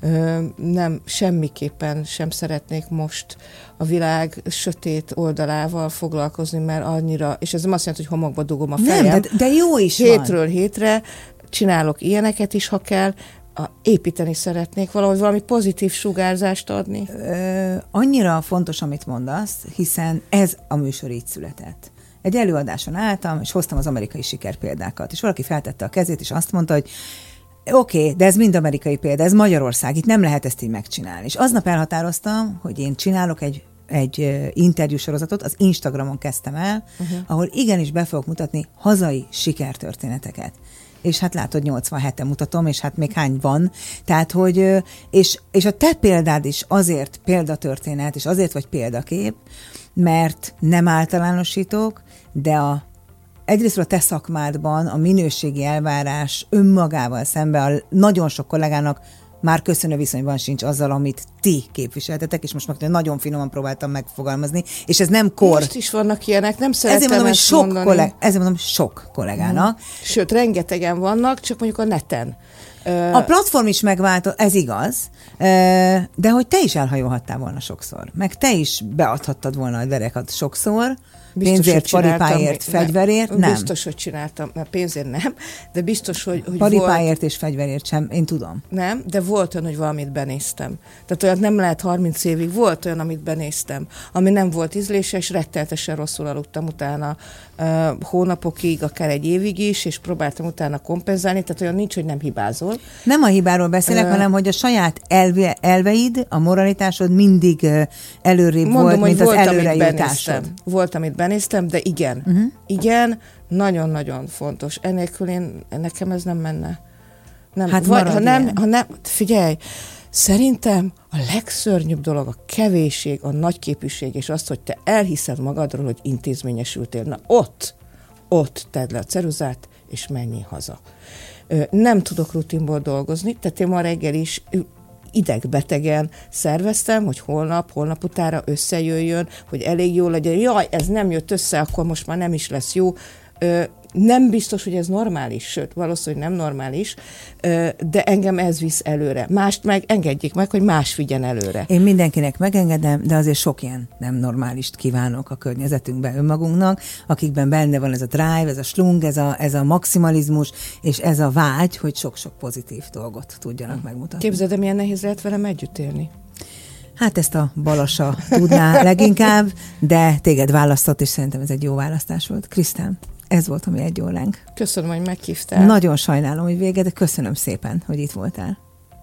Nem, semmiképpen sem szeretnék most a világ sötét oldalával foglalkozni, mert annyira, és ez nem azt jelenti, hogy homokba dugom a fejem. Nem, de jó is hétről hétre csinálok ilyeneket is, ha kell, építeni szeretnék, valami pozitív sugárzást adni. Annyira fontos, amit mondasz, hiszen ez a műsor így született. Egy előadáson álltam, és hoztam az amerikai sikerpéldákat, és valaki feltette a kezét, és azt mondta, hogy oké, de ez mind amerikai példa, ez Magyarország, itt nem lehet ezt így megcsinálni. És aznap elhatároztam, hogy én csinálok egy interjúsorozatot, az Instagramon kezdtem el, ahol igenis be fogok mutatni hazai sikertörténeteket. És hát látod, 87-en mutatom, és hát még hány van. Tehát, hogy, és a te példád is azért példatörténet, és azért vagy példakép, mert nem általánosítok, de egyrészt a te szakmádban a minőségi elvárás önmagával szemben a nagyon sok kollégának már köszönő viszonyban sincs azzal, amit ti képviseltetek, és most meg nagyon finoman próbáltam megfogalmazni, és ez nem kor. Most is vannak ilyenek, nem szeretem ezt mondani. Ezért mondom, sok kollégának. Sőt, rengetegen vannak, csak mondjuk a neten. A platform is megváltozott, ez igaz, de hogy te is elhajolhattál volna sokszor, meg te is beadhattad volna a dereket sokszor, biztos, pénzért, paripáért, fegyverért, nem. Biztos, hogy csináltam, mert pénzért nem, de biztos, hogy paripáért volt, és fegyverért sem, én tudom. Nem, de volt olyan, hogy valamit benéztem. Tehát olyan nem lehet 30 évig, volt olyan, amit benéztem, ami nem volt ízlése, és rettenetesen rosszul aludtam utána hónapokig, akár egy évig is, és próbáltam utána kompenzálni, tehát olyan nincs, hogy nem hibázol. Nem a hibáról beszélek, hanem hogy a saját elveid, a moralitásod mindig előrébb volt, mint az előrejutásod. Volt, amit benéztem, de igen. Igen, nagyon-nagyon fontos. Enélkül nekem ez nem menne. Nem. Hát ha nem, figyelj, szerintem a legszörnyűbb dolog a kevésség, a nagyképűség, és az, hogy te elhiszed magadról, hogy intézményesültél. Na ott tedd le a ceruzát, és menjél haza. Nem tudok rutinból dolgozni, tehát én ma reggel is idegbetegen szerveztem, hogy holnap utára összejöjjön, hogy elég jó legyen. Jaj, ez nem jött össze, akkor most már nem is lesz jó. Nem biztos, hogy ez normális, sőt, valószínűleg nem normális, de engem ez visz előre. Mást meg engedjék meg, hogy más vigyen előre. Én mindenkinek megengedem, de azért sok ilyen nem normálist kívánok a környezetünkben önmagunknak, akikben benne van ez a drive, ez a slung, ez a maximalizmus, és ez a vágy, hogy sok-sok pozitív dolgot tudjanak megmutatni. Képzeld, milyen nehéz lehet velem együtt élni? Hát ezt a Balassa tudná leginkább, de téged választott, és szerintem ez egy jó választás volt. Krisztán, ez volt a mi egy óránk. Köszönöm, hogy meghívtál. Nagyon sajnálom, hogy vége, de köszönöm szépen, hogy itt voltál.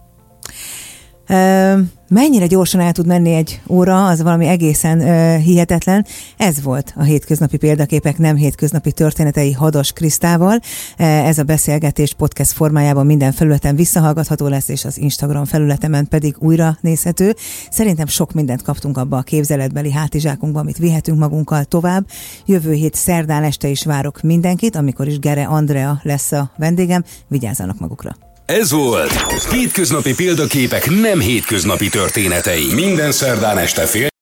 Mennyire gyorsan el tud menni egy óra, az valami egészen hihetetlen. Ez volt a Hétköznapi Példaképek nem hétköznapi történetei Hadas Krisztával. Ez a beszélgetés podcast formájában minden felületen visszahallgatható lesz, és az Instagram felületemen pedig újra nézhető. Szerintem sok mindent kaptunk abba a képzeletbeli hátizsákunkba, amit vihetünk magunkkal tovább. Jövő hét szerdán este is várok mindenkit, amikor is Gere Andrea lesz a vendégem. Vigyázzanak magukra! Ez volt Hétköznapi Példaképek nem hétköznapi történetei. Minden szerdán este fél